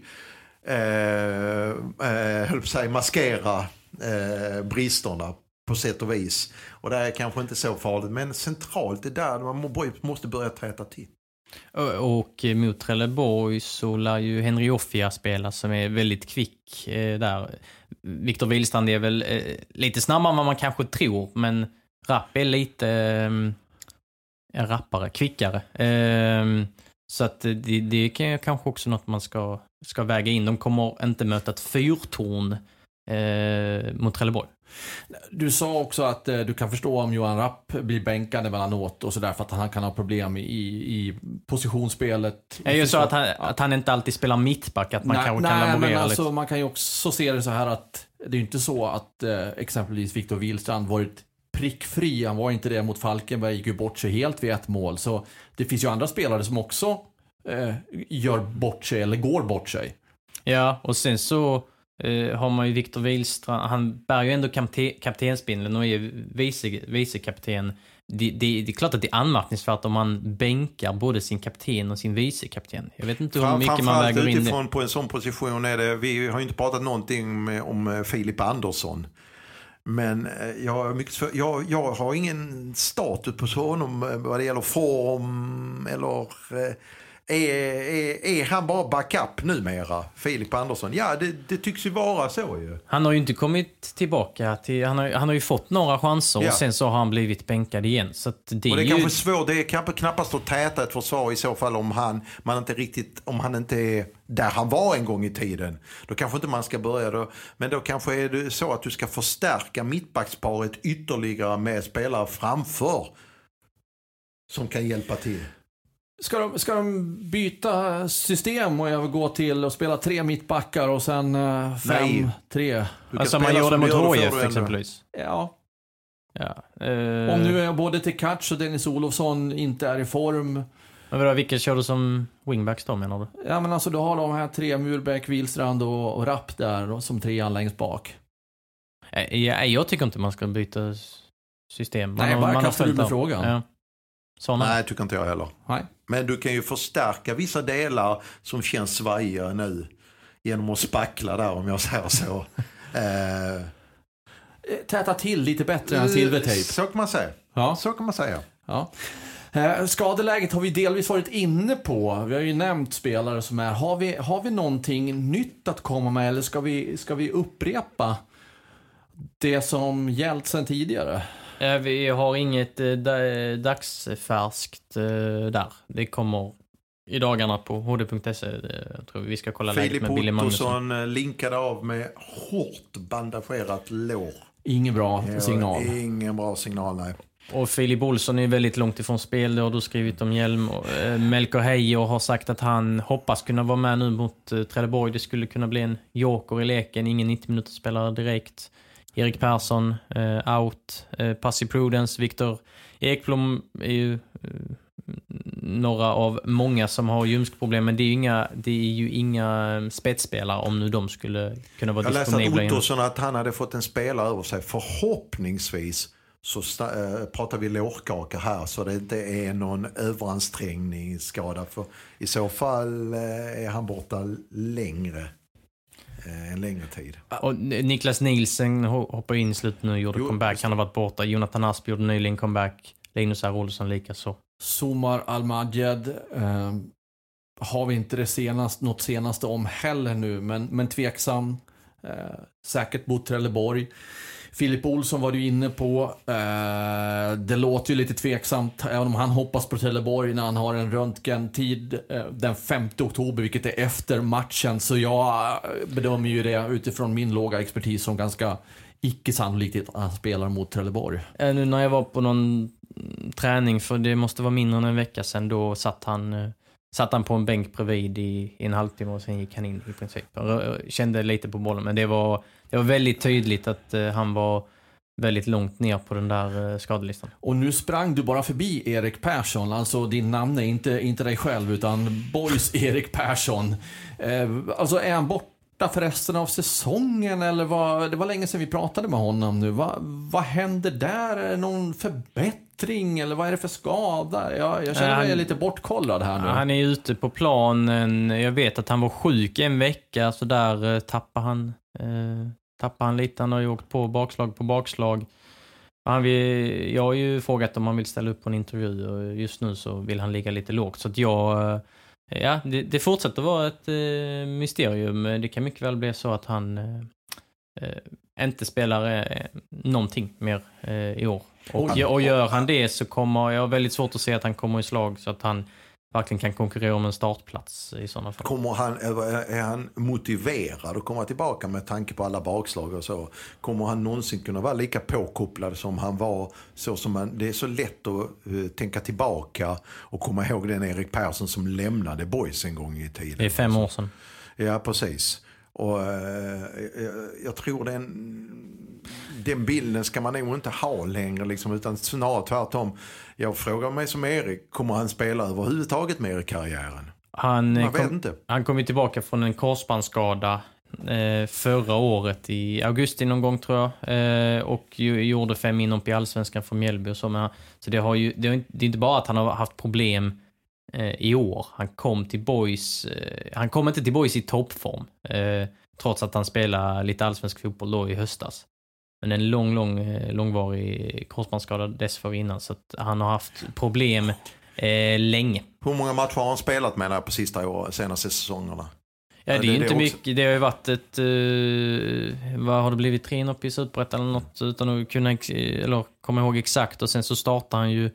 eh, eh, höll på sig, maskera eh, bristerna på sätt och vis. Och det är kanske inte så farligt, men centralt är där man måste börja träta till. Och mot Trelleborg så lär ju Henry Offia spela som är väldigt kvick eh, där. Viktor Wihlstrand är väl eh, lite snabbare än vad man kanske tror, men Rapp är lite eh, en rappare, kvickare. Eh, så att det, det kan ju kanske också något man ska, ska väga in. De kommer inte möta ett fyrtorn eh, mot Trelleborg. Du sa också att eh, du kan förstå om Johan Rapp blir bänkad emellanåt och sådär för att han kan ha problem i, i positionsspelet. Jag sa att han, ja. att han inte alltid spelar mittback, att man nej, kanske kan laborera men lite. Alltså, man kan ju också se det så här att det är inte så att eh, exempelvis Viktor Wihlstrand varit prickfri. Han var inte det mot Falkenberg, gick ju bort sig helt vid ett mål. Så det finns ju andra spelare som också eh, gör bort sig eller går bort sig. Ja, och sen så Uh, har man ju Viktor Wihlstrand, han bär ju ändå kapte- kaptensbindeln och är vice, vicekapten. Det, det, det är klart att det är anmärkningsvärt om man bänkar både sin kapten och sin vicekapten. Jag vet inte hur Fram, mycket man väger in det. Utifrån på en sån position är det, vi har ju inte pratat någonting med, om Filip Andersson. Men jag, mycket för, jag, jag har ingen status på honom vad det gäller form eller... Eh, Är, är, är han bara backup numera, Filip Andersson? Ja, det, det tycks ju vara så ju. Han har ju inte kommit tillbaka till, han har, han har ju fått några chanser ja. och sen så har han blivit bänkad igen. Så att det, och det är ju... kanske svårt, det är kanske knappast att täta ett försvar i så fall om han, man inte riktigt, om han inte är där han var en gång i tiden. Då kanske inte man ska börja då, men då kanske är det så att du ska förstärka mittbacksparet ytterligare med spelare framför som kan hjälpa till. Ska de, ska de byta system och jag gå till och spela tre mittbackar och sen uh, fem, Nej. tre? Alltså man gör det mot H F exempelvis. Ja. ja. Uh... Om nu är både Tekac och Dennis Olofsson inte är i form. Men vadå, vilka kör du som wingbacks då, menar du? Ja, men alltså du har de här tre, Murbeck, Wihlstrand och, och Rapp där och som trean längst bak. Ja, jag tycker inte man ska byta system. Man Nej, har, bara man kastar du med frågan. Ja. Såna. Nej, tycker inte jag heller. Nej. Men du kan ju förstärka vissa delar som känns svajiga nu genom att spackla där, om jag säger så. eh... Täta till lite bättre än silvertejp. Så kan man säga. Ja. Så kan man säga. Ja. Eh, skadeläget har vi delvis varit inne på. Vi har ju nämnt spelare som är. Har vi, har vi någonting nytt att komma med, eller ska vi, ska vi upprepa det som gällt sedan tidigare? Eh, vi har inget eh, dagsfärskt eh, där. Det kommer i dagarna på h d punkt s e. Jag tror vi ska kolla läget med Billy Magnusson. Filip Ottosson linkade av med hårt bandagerat lår. Ingen bra ja, signal. Ingen bra signal, nej. Och Filip Olsson är väldigt långt ifrån spel. Det har du skrivit om Hjelm. Eh, Melker Heijer har sagt att han hoppas kunna vara med nu mot eh, Trelleborg. Det skulle kunna bli en joker i leken. Ingen nittio minuter spelare direkt. Erik Persson eh, out. Eh, Passi Prudence. Viktor Ekblom är ju eh, några av många som har ljumskproblem, men det är ju inga, det är ju inga spetsspelare om nu de skulle kunna vara disponibla. Jag läste att Ottosson att han hade fått en spelare över sig. Förhoppningsvis så sta- äh, pratar vi lårkaka här, så det inte är någon överansträngningsskada, för i så fall äh, är han borta längre äh, en längre tid. Och Niklas Nielsen hoppar in i slutet nu och gjorde jo, comeback. Han har varit borta. Jonathan Asp gjorde nyligen comeback. Linus R. Olsson lika så. Somar Al-Majed eh, har vi inte det senast, något senaste om heller nu, men, men tveksam. Eh, säkert mot Trelleborg. Filip Olsson var du inne på. Eh, det låter ju lite tveksamt, även om han hoppas på Trelleborg när han har en röntgentid eh, den femte oktober, vilket är efter matchen. Så jag bedömer ju det utifrån min låga expertis som ganska icke sannolikt att han spelar mot Trelleborg. Eh, nu när jag var på någon träning, för det måste vara mindre än en vecka sedan, då satt han, eh, satt han på en bänk bredvid i, i en halvtimme och sen gick han in i princip. Jag kände lite på bollen, men det var, det var väldigt tydligt att eh, han var väldigt långt ner på den där eh, skadelistan. Och nu sprang du bara förbi Erik Persson, alltså din namn är inte, inte dig själv utan Boys Erik Persson. Eh, alltså är han borta för resten av säsongen, eller vad? Det var länge sedan vi pratade med honom nu. Va, vad händer där? Är det någon förbättring eller vad är det för skada? Jag, jag känner mig han, lite bortkollad här nu. Han är ute på planen. Jag vet att han var sjuk en vecka, så där eh, tappar han eh, tappar han lite. Han har ju åkt på bakslag på bakslag. Han vill, jag har ju frågat om han vill ställa upp på en intervju, och just nu så vill han ligga lite lågt. Så att jag, ja, det, det fortsätter vara ett eh, mysterium. Det kan mycket väl bli så att han eh, inte spelar eh, någonting mer eh, i år. Och, och gör han det så kommer jag väldigt svårt att se att han kommer i slag så att han verkligen kan konkurrera om en startplats i sådana fall. Kommer han, är han motiverad att komma tillbaka med tanke på alla bakslag och så? Kommer han någonsin kunna vara lika påkopplad som han var? Så som man, det är så lätt att uh, tänka tillbaka och komma ihåg den Erik Persson som lämnade Boys en gång i tiden. Det är fem år sedan. Ja, precis. Och uh, jag, jag tror den, den bilden ska man nog inte ha längre liksom, utan snarare tvärtom. Jag frågar mig som Erik, kommer han spela överhuvudtaget mer i karriären? Han, kom, han kom ju tillbaka från en korsbandsskada eh, förra året i augusti någon gång tror jag. Eh, och ju, gjorde fem inom i Allsvenskan för Mjällby. Och så, men, så det, har ju, det, är, det är inte bara att han har haft problem eh, i år. Han kom till Boys, eh, han kom inte till Boys i toppform. Eh, trots att han spelar lite allsvensk fotboll då i höstas. Men en lång, lång, långvarig korsbandsskada dessförinnan. Så att han har haft problem eh, länge. Hur många matcher har han spelat med där på sista år, senaste säsongerna? Ja, det är ju inte det mycket. Det har ju varit ett... Uh, vad har det blivit? Tre upp i Superettan eller något utan att kunna eller komma ihåg exakt. Och sen så startar han ju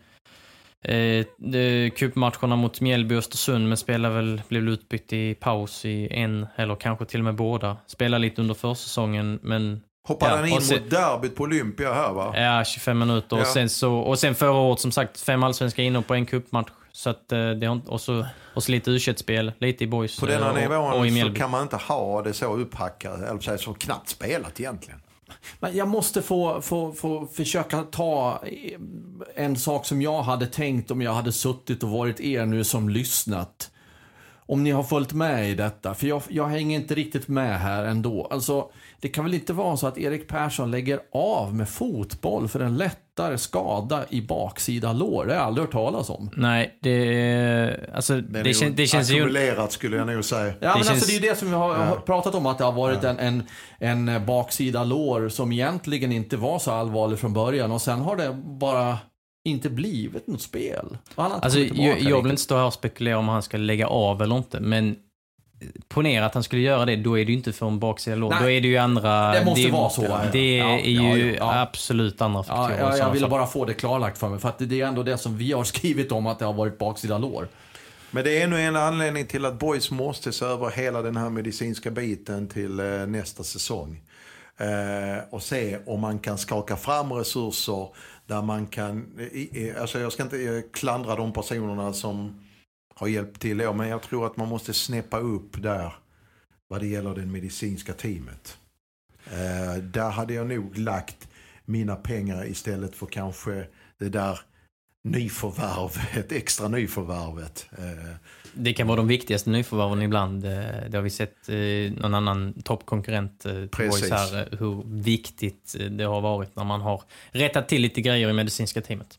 eh, cupmatcherna mot Mjällby och Östersund, men spelar väl, blev utbytt i paus i en eller kanske till och med båda. Spelar lite under försäsongen, men... Hoppade ja, han in sen, mot derbyt på Olympia här, va? Ja, tjugofem minuter. Ja. Och, sen så, och sen förra året, som sagt, fem allsvenska in på en cupmatch. Så att, det har, och, så, och så lite U tjugoett-spel, lite i Boys på denna och, nivån och i så Mjällby. kan man inte ha det så upphackat, eller så knappt spelat egentligen. Men jag måste få, få, få försöka ta en sak som jag hade tänkt om jag hade suttit och varit er nu som lyssnat. Om ni har följt med i detta. För jag, jag hänger inte riktigt med här ändå. Alltså, det kan väl inte vara så att Erik Persson lägger av med fotboll för en lättare skada i baksida lår. Det har jag aldrig hört talas om. Nej, det, alltså, det, det, kän, det känns ju... ackumulerat skulle jag nog säga. Ja, men känns, alltså, det är ju det som vi har ja. pratat om. Att det har varit ja. en, en, en baksida lår som egentligen inte var så allvarlig från början. Och sen har det bara inte blivit något spel. Alltså, jag, jag vill inte stå här och spekulera om han ska lägga av eller inte, men ponera att han skulle göra det, då är det ju inte för en baksida låt. Då är det ju andra... Det måste det, vara så. Det ja, är ja, ju ja, ja. absolut andra faktorer. Ja, ja, jag ville bara få det klarlagt för mig, för att det är ändå det som vi har skrivit om, att det har varit baksida lår. Men det är ännu en anledning till att Boys måste se över hela den här medicinska biten till eh, nästa säsong. Eh, och se om man kan skaka fram resurser där man kan... Eh, alltså jag ska inte eh, klandra de personerna som har hjälpt till det, men jag tror att man måste snäppa upp där vad det gäller det medicinska teamet. Eh, där hade jag nog lagt mina pengar istället för kanske det där nyförvärvet, extra nyförvärvet. Eh. Det kan vara de viktigaste nyförvärven ibland. Det har vi sett någon annan toppkonkurrent till Boys här, hur viktigt det har varit när man har rättat till lite grejer i medicinska teamet.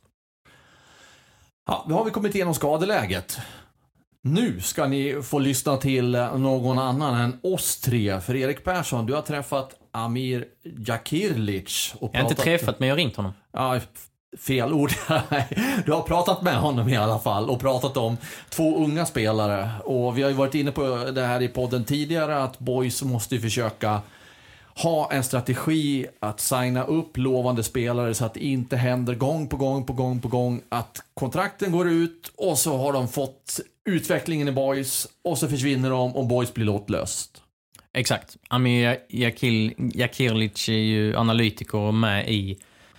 Ja, nu har vi kommit igenom skadeläget. Nu ska ni få lyssna till någon annan än oss tre. För Erik Persson, du har träffat Amir Jakirlic. Och jag har inte träffat, men jag har ringt honom. Ja, fel ord. Du har pratat med honom i alla fall och pratat om två unga spelare. Och vi har ju varit inne på det här i podden tidigare, att Boys måste ju försöka ha en strategi att signa upp lovande spelare så att det inte händer gång på gång på gång på gång att kontrakten går ut och så har de fått utvecklingen i Boys och så försvinner de och Boys blir låtlöst. Exakt. Amir Jakirlic är ju analytiker och med i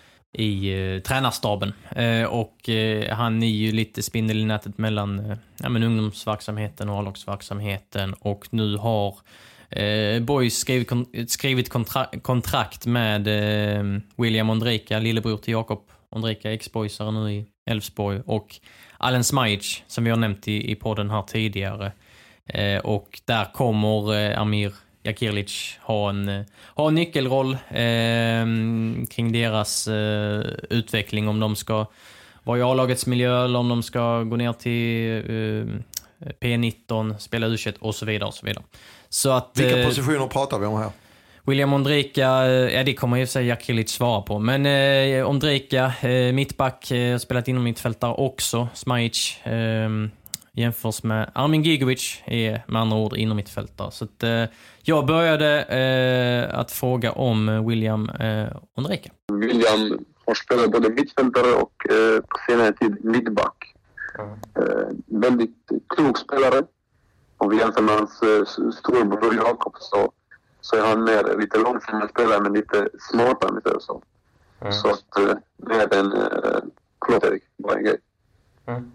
i eh, tränarstaben. Eh, och eh, han är ju lite spindel i nätet mellan eh, ja, men ungdomsverksamheten och A-lagsverksamheten, och nu har eh, Boys skrivit, kon- skrivit kontra- kontrakt med eh, William Ondrejka, lillebror till Jakob Ondrejka, ex-boysare nu i Elfsborg, och Alen Smajic som vi har nämnt i, i podden här tidigare. Eh, och där kommer eh, Amir Jakirlic ha en, ha en nyckelroll eh, kring deras eh, utveckling, om de ska vara i A-lagets miljö eller om de ska gå ner till eh, P nitton, spela U tjugoett och så vidare och så vidare. Så att, vilka eh, positioner pratar vi om här? William Ondrejka, ja det kommer ju säga Jakirlic svara på, men eh, Ondrejka, eh, mittback, eh, spelat inom mittfältare också, Smajic eh, jämförs med Armin Gigovic är med andra ord inom mittfältare. Så att, eh, jag började eh, att fråga om William eh, Ondrejka. William har spelat både mittfältare och eh, på senare tid mittback. Mm. Eh, väldigt klok spelare. Om vi jämför med hans eh, storbror Jakob så, så är han mer lite långsammare spelare men lite smartare med det så. Mm. Så att eh, med en eh, klart Erik, bara en grej. Mm.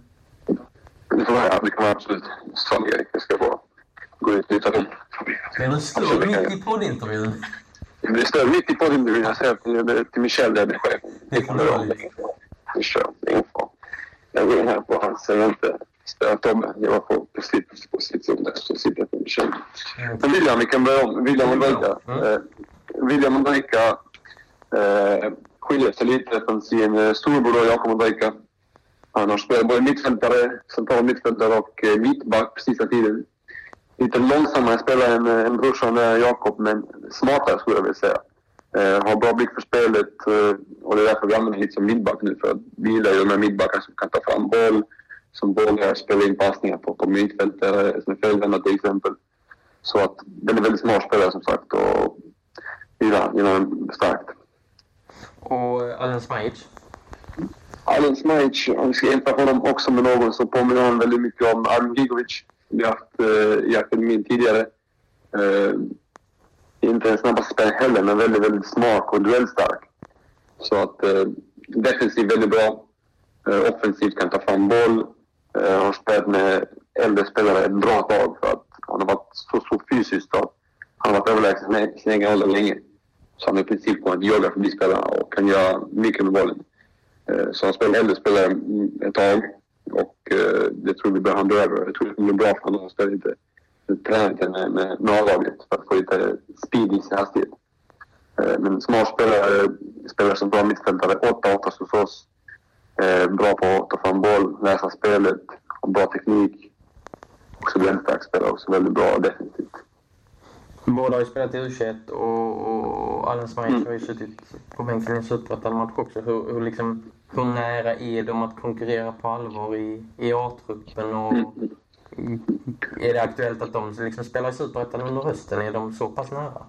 Det får vara, det kan vara absolut sann grej. Jag ska bara gå ut lite runt. Det är en stor mitt i poddintervjun. Det står mitt i poddintervjun. Jag säger till, till Michel där, det chef. Det kommer vara lite. Det kör, det är ingen fara. Jag går in här på hans inte spela Tobbe. Jag var på precis på sitt rum där, så sitter jag på Michel. Men William, vi kan börja om. William Ondrejka. Eh, William Ondrejka eh, skiljer sig lite från sin eh, storbror Jakob Ondrejka. Han har spelat både mittfältare, central mittfältare och eh, mittback precis hela tiden. Lite långsammare spelare än en brorsan Jakob, men smartare skulle jag vilja säga. Eh, har bra blick för spelet eh, och det är därför vi använder lite som mittback nu, för att vi gillar ju de här mittbackarna som kan ta fram boll, som vågar spela in passningar på, på mittfältare, som är fällvända till exempel. Så att det är väldigt smart spelare som sagt och gillar, gillar den starkt. Och Alen Smajic? Alen Smajic, om vi ska jämföra honom också med någon som påminner honom väldigt mycket om Armin Gigovic. Vi har haft eh, i akademin tidigare. Eh, inte en snabbaste spelare heller, men väldigt, väldigt smart och duellstark. Så att eh, defensivt väldigt bra. Eh, offensivt kan ta fram boll. Eh, har spelat med äldre spelare ett bra tag för att han har varit så, så fysiskt att han har varit överlägsen sin egen ålder länge. Så han är i princip på att jaga förbi spelarna och kan göra mycket med bollen. Eh, så han spelar äldre spelare ett tag. Och eh, det tror vi bör han över. Jag tror det kommer bli bra för honom att spela lite träna med, med A-laget för att få lite speed i sin hastighet. Eh, men smart spelare, spelare som bra mittfältare, åtta åtta hos oss. Eh, bra på att ta fram boll, läsa spelet, bra teknik. Också väldigt stark spelare, också väldigt bra definitivt. Båda har ju spelat i U tjugoett och, och Allen Smythe har ju suttit på bänken i en superettan-match också. Hur, hur, liksom, hur nära är de att konkurrera på allvar i, i A-truppen? Och är det aktuellt att de liksom spelar i superettan under hösten? Är de så pass nära?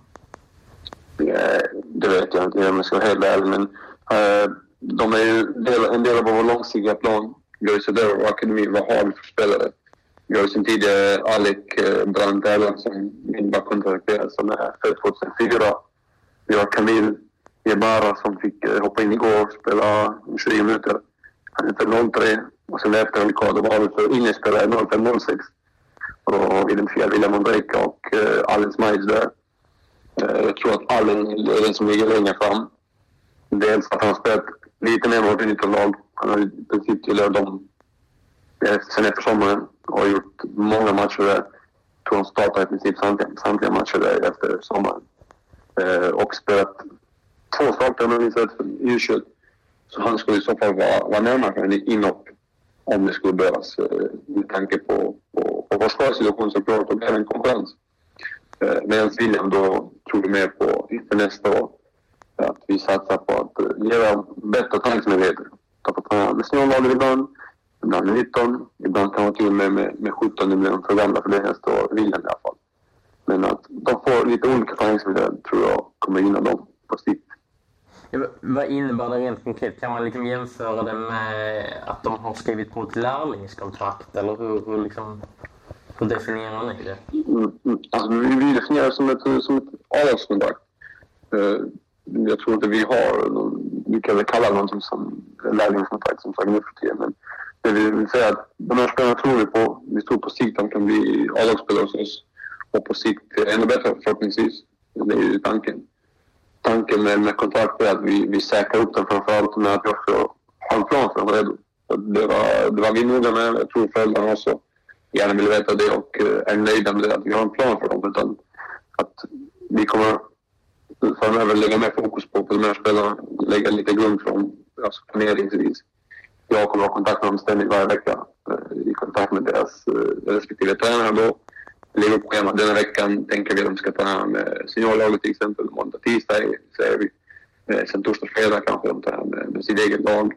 Det vet jag inte om jag ska vara helt ärlig, men uh, de är ju del, en del av vår långsiktiga plan. Guys och Dörr och Akademi, vad har vi för spelare? Vi har ju sin tidigare Alec Brandt Erlandsson, min bakkontraktör som är född tjugohundrafyra. Vi har Camille Jebara som fick hoppa in igår och spela tjugo minuter. Han är för noll tre och sen efter han Ricardo var vi för innespelare noll fem noll sex. Och identifierade William Ondrejka och uh, Allen Smythe där. Uh, jag tror att Allen är den som ligger längre fram. Dels att han har spelat lite mer mot ett lag. Han har i princip tillhört dem sen efter sommaren och har gjort många matcher där. Jag tror han startar i princip samtliga, samtliga matcher där efter sommaren. Uh, och spelat två starter med visat för U tjugoett. Så han skulle i så fall vara, vara närmare för en inhopp om det skulle behövas uh, med tanke på, på, på vår försvarssituation såklart och även konkurrens. Uh, Medan William då tror vi mer på inför nästa år att vi satsar på att uh, göra bättre träningsmöjligheter. Ta på träna med seniorlager ibland, ibland med nitton, ibland kan man till och med med, med sjutton, det blir de för gamla för det nästa år, William i alla fall. Men att de får lite olika träningsmöjligheter tror jag kommer gynna dem på sikt. Ja, vad innebär det rent konkret? Kan man liksom jämföra det med att de har skrivit på ett lärlingskontrakt? Eller hur, hur, liksom, hur definierar ni det? Mm, mm. Alltså, vi, vi definierar det som ett, som ett A-lagskontrakt. Uh, jag tror inte vi har någon, vi kan väl kalla någonting som lärlingskontrakt som sagt nu för tiden. Men det vi vill säga att de här spelarna tror vi på. Vi tror på sikt att de kan bli A-lagsspelare hos oss. Och på sikt ännu bättre förhoppningsvis. Det är ju tanken. Tanken med, med kontrakt är att vi, vi säkrar upp den framförallt med att vi också har en plan för dem redo. Det var, det var vi noga med. Jag tror föräldrarna också gärna vill veta det och är nöjda med det. Att vi har en plan för dem. Utan att vi kommer framöver lägga mer fokus på, på de här spelarna. Lägga lite grund för dem. Alltså planeringsvis. Jag kommer ha kontakt med dem ständigt varje vecka. I kontakt med deras respektive tränare då. Lägger upp schemat denna veckan. Tänker vi att de ska ta med seniorlaget till exempel. Måndag, tisdag säger vi. Sen torsdag, fredag kanske de tar med, med sitt eget lag.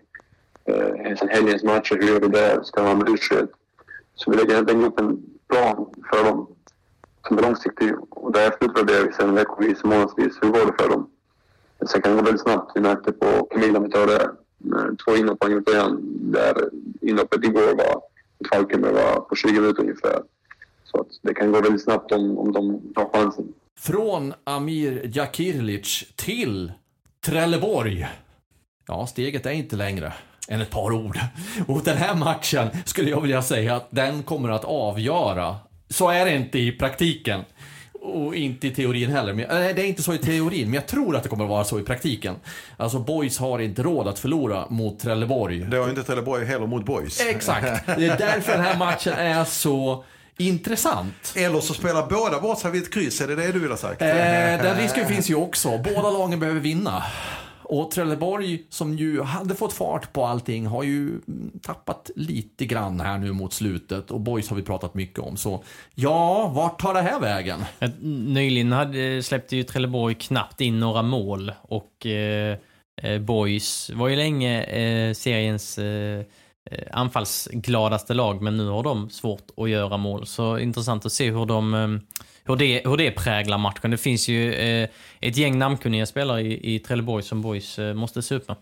Eh, sen helgens matcher, hur gör vi det? Ska de ha med U tjugoett? Så vi lägger helt enkelt upp en plan för dem som är långsiktig. Och därefter utvärderar vi sen veckovis och månadsvis hur går det för dem. Sen kan det gå väldigt snabbt. Vi märkte på Camilla med det. Två inhopp på ungefär. Där inhoppet igår var Falkenberg var på tjugo minuter ungefär. Så att det kan gå väldigt snabbt om, om de tar chansen. Från Amir Jakirlic till Trelleborg. Ja, steget är inte längre än ett par ord. Och den här matchen skulle jag vilja säga att den kommer att avgöra. Så är det inte i praktiken. Och inte i teorin heller. Men, nej, det är inte så i teorin, men jag tror att det kommer att vara så i praktiken. Alltså, Boys har inte råd att förlora mot Trelleborg. Det har inte Trelleborg heller mot Boys. Exakt. Det är därför den här matchen är så intressant. Eller så spelar båda bort sig vid ett kryss, är det det du vill ha sagt? Eh, den risken finns ju också. Båda lagen behöver vinna. Och Trelleborg, som ju hade fått fart på allting, har ju tappat lite grann här nu mot slutet. Och Boys har vi pratat mycket om. Så ja, vart tar det här vägen? Nyligen hade, släppte ju Trelleborg knappt in några mål. Och eh, Boys var ju länge eh, seriens eh, anfallsgladaste lag. Men nu har de svårt att göra mål. Så intressant att se hur de... Eh, Hur det, hur det präglar matchen. Det finns ju eh, ett gäng namnkunniga spelare i, i Trelleborg som Boys eh, måste se upp med.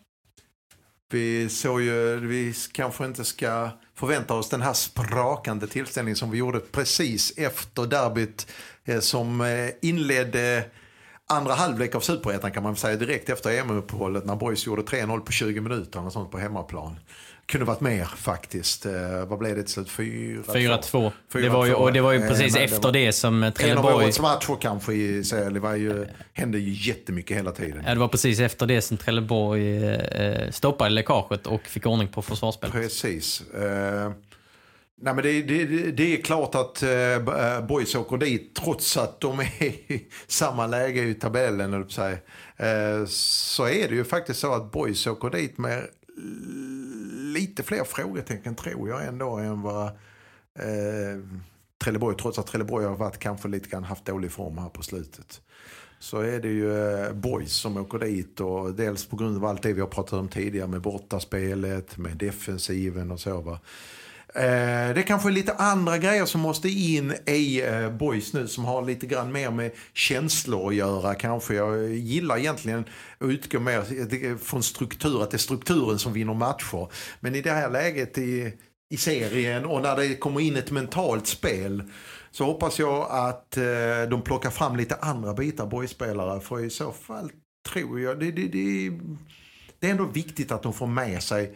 Vi såg ju, vi kanske inte ska förvänta oss den här sprakande tillställningen som vi gjorde precis efter derbyt eh, som eh, inledde andra halvlek av Superettan, kan man säga, direkt efter E M-uppehållet när Boys gjorde tre noll på tjugo minuter och sånt på hemmaplan. Kunde varit mer faktiskt. Eh, vad blev det till slut? fyra två. Det var ju, och det var ju precis eh, efter det, var, det som Trelleborg... En av årets matcher kanske i serien. Det var ju, hände ju jättemycket hela tiden. Ja, det var precis efter det som Trelleborg eh, stoppade läckaget och fick ordning på försvarsspelet. Precis. Eh, nej, men det, det, det är klart att eh, Boys åker dit trots att de är i samma läge i tabellen. Eller så, eh, så är det ju faktiskt så att Boys åker dit med lite fler frågetecken tror jag ändå än vad eh, Trelleborg, trots att Trelleborg har varit kanske lite grann haft dålig form här på slutet. Så är det ju eh, boys som åker dit, och dels på grund av allt det vi har pratat om tidigare med bortaspelet, med defensiven och så, va. Eh, det kanske är lite andra grejer som måste in i eh, boys nu, som har lite grann mer med känslor att göra kanske. Jag gillar egentligen att utgå mer från struktur, att det är strukturen som vinner matcher. Men i det här läget i, i serien, och när det kommer in ett mentalt spel, så hoppas jag att eh, de plockar fram lite andra bitar boyspelare, för i så fall tror jag det, det, det, det är ändå viktigt att de får med sig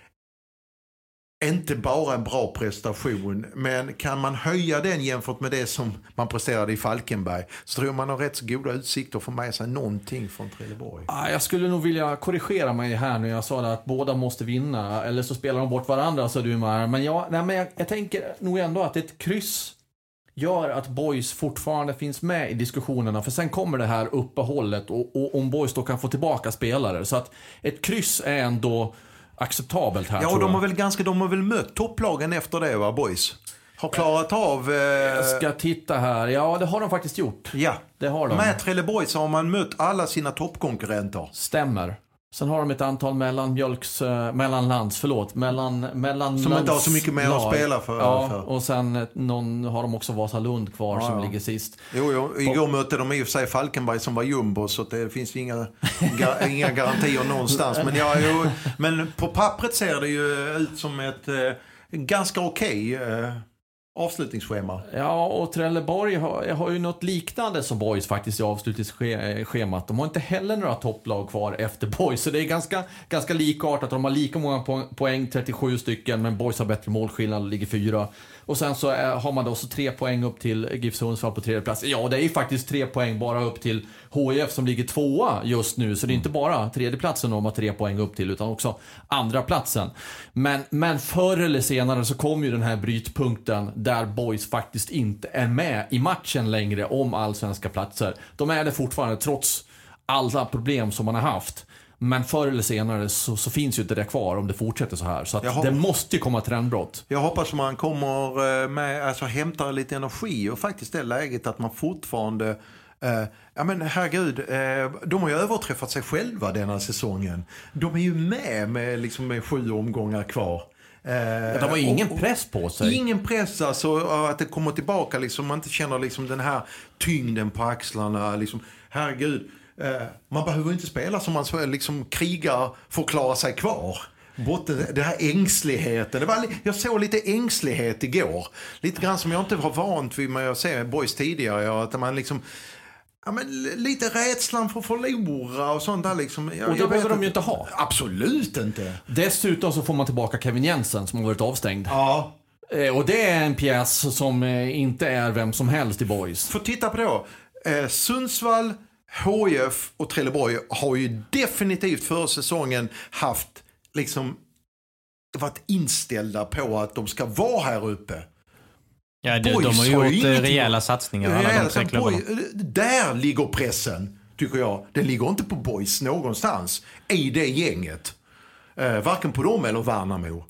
inte bara en bra prestation, men kan man höja den jämfört med det som man presterade i Falkenberg, så tror jag man har rätt så goda utsikter att få med sig någonting från Trelleborg. Jag skulle nog vilja korrigera mig här nu. Jag sa att båda måste vinna, eller så spelar de bort varandra, så du med. Men, jag, nej, men jag, jag tänker nog ändå att ett kryss gör att boys fortfarande finns med i diskussionerna, för sen kommer det här uppehållet, och, och om boys då kan få tillbaka spelare, så att ett kryss är ändå acceptabelt här. Ja, och de har väl ganska de har väl mött topplagen efter det, va, boys? Har klarat av... Eh... Jag ska titta här. Ja, det har de faktiskt gjort. Ja. Det har de. Med Trelleborg så har man mött alla sina toppkonkurrenter. Stämmer. Sen har de ett antal mellanmjölks, uh, mellanlands, förlåt, mellan, mellanlands som inte har så mycket mer lag att spela för. Ja, för. Och sen någon, har de också Vasalund kvar, ja, som ja. ligger sist. Jo, jo. Igår på... mötte de i och för sig Falkenberg som var jumbo, så det finns inga, ga, inga garantier någonstans. Men, ja, jo, men på pappret ser det ju ut som ett eh, ganska okej eh, avslutningsschema. Ja, och Trelleborg har, har ju något liknande som boys faktiskt i avslutningsschemat. De har inte heller några topplag kvar efter boys, så det är ganska, ganska likartat. De har lika många poäng, trettiosju stycken, men boys har bättre målskillnad och ligger fyra. Och sen så är, har man då så tre poäng upp till GIF Sundsvall på tredje plats. Ja, det är ju faktiskt tre poäng bara upp till H I F som ligger tvåa just nu. Så det är inte bara tredje platsen de har tre poäng upp till, utan också andra platsen. Men, men förr eller senare så kommer ju den här brytpunkten där boys faktiskt inte är med i matchen längre om allsvenska platser. De är det fortfarande trots alla problem som man har haft. Men förr eller senare så, så finns ju inte det kvar om det fortsätter så här. Så att hoppas, det måste ju komma trendbrott. Jag hoppas att man kommer med, alltså hämtar lite energi, och faktiskt det läget att man fortfarande eh, ja men herregud, eh, de har ju överträffat sig själva denna säsongen. De är ju med med, liksom, med sju omgångar kvar. Eh, ja, de har ju ingen och, press på sig. Ingen press, alltså, att det kommer tillbaka, liksom, man inte känner liksom den här tyngden på axlarna, liksom, herregud. Man behöver inte spela som man liksom krigar för att klara sig kvar. Botten, det här ängsligheten. Det var, jag såg lite ängslighet igår. Lite grann som jag inte var vant vid med att se boys tidigare. Att man liksom... Ja, men lite rädslan för att förlora och sånt där liksom. Jag, och det behöver de ju inte ha. Absolut inte. Dessutom så får man tillbaka Kevin Jensen som har varit avstängd. Ja. Och det är en pjäs som inte är vem som helst i boys. För titta på då. Eh, Sundsvall, H I F och Trelleborg har ju definitivt förra säsongen haft liksom varit inställda på att de ska vara här uppe. Ja, de, de har ju gjort rejäla satsningar. Alla rejäla, de tre klubbarna. Där ligger pressen, tycker jag. Den ligger inte på boys någonstans i det gänget. Eh, varken på dem eller Värnamo.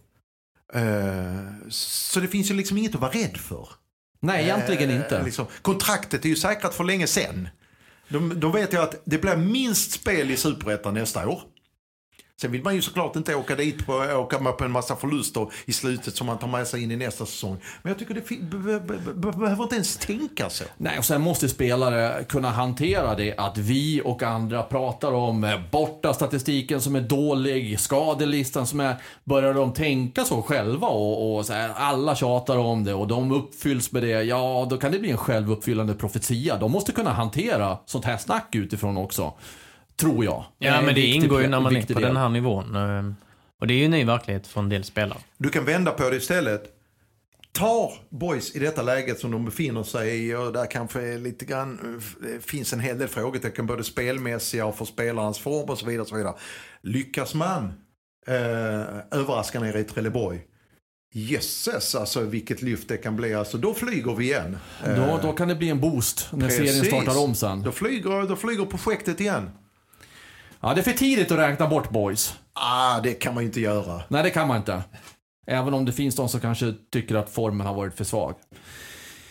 Eh, så det finns ju liksom inget att vara rädd för. Nej, egentligen eh, inte. Liksom, kontraktet är ju säkrat för länge sedan. De, de vet ju att det blir minst spel i Superettan nästa år. Sen vill man ju såklart inte åka dit på, åka med på en massa förluster i slutet som man tar med sig in i nästa säsong. Men jag tycker det be, be, be, behöver inte ens tänka så. Nej, och sen måste spelare kunna hantera det att vi och andra pratar om borta statistiken som är dålig, skadelistan som är, börjar de tänka så själva och, och så här, alla tjatar om det och de uppfylls med det. Ja, då kan det bli en självuppfyllande profetia. De måste kunna hantera sånt här snack utifrån också. Tror jag. Ja, men det viktig, ingår ju när man är på del. den här nivån. Och det är ju en ny verklighet för en del spelare. Du kan vända på det istället. Ta boys i detta läget som de befinner sig i, och där kanske lite grann finns en hel del frågor. Det kan både spelmässiga och för spelarens form och så vidare. Och så vidare. Lyckas man eh, överraska ner i Trelleborg? Jösses, alltså vilket lyft det kan bli. Alltså, då flyger vi igen. Då, då kan det bli en boost när Precis. serien startar om sen. Då flyger, då flyger projektet igen. Ja, det är för tidigt att räkna bort boys. Ah, det kan man ju inte göra. Nej, det kan man inte. Även om det finns de som kanske tycker att formen har varit för svag.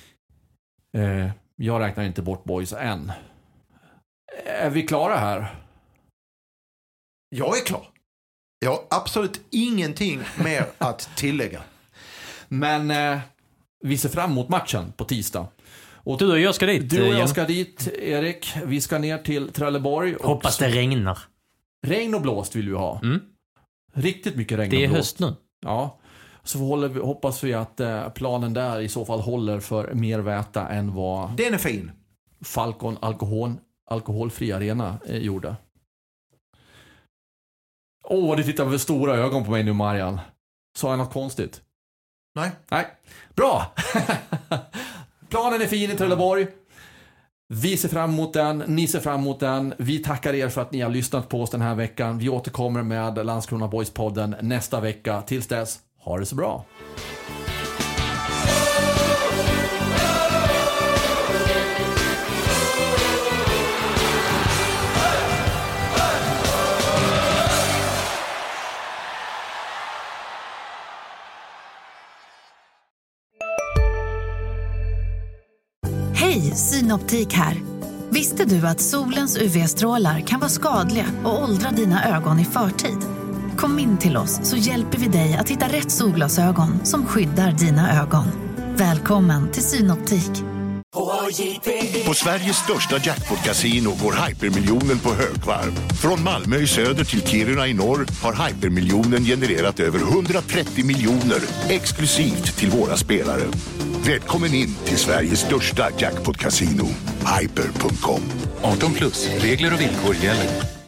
Eh, jag räknar inte bort boys än. Är vi klara här? Jag är klar. Jag har absolut ingenting mer att tillägga. Men eh, vi ser fram emot matchen på tisdag. Och du och jag ska dit. Du och jag igen. ska dit, Erik. Vi ska ner till Trelleborg. Hoppas det regnar. Regn och blåst vill vi ha. Mm. Riktigt mycket regn det och är blåst. höst nu. Ja. Så håller vi, hoppas vi att eh, planen där i så fall håller för mer väta än vad Den är fin. Falcon alkohol, alkoholfri arena eh, gjorde. Åh, du tittar med stora ögon på mig nu, Marian. Sa jag något konstigt? Nej. Nej. Bra! Planen är fin i Trelleborg. Vi ser fram emot den, ni ser fram emot den. Vi tackar er för att ni har lyssnat på oss den här veckan. Vi återkommer med Landskrona Boys-podden nästa vecka. Tills dess, ha det så bra. Hej, Synoptik här. Visste du att solens U V-strålar kan vara skadliga och åldra dina ögon i förtid? Kom in till oss så hjälper vi dig att hitta rätt solglasögon som skyddar dina ögon. Välkommen till Synoptik. På Sveriges största jackpot-casino går hypermiljonen på högvarv. Från Malmö i söder till Kiruna i norr har hypermiljonen genererat över hundratrettio miljoner exklusivt till våra spelare. Välkommen in till Sveriges största jackpot-casino, hyper punkt com. arton plus, regler och villkor gäller.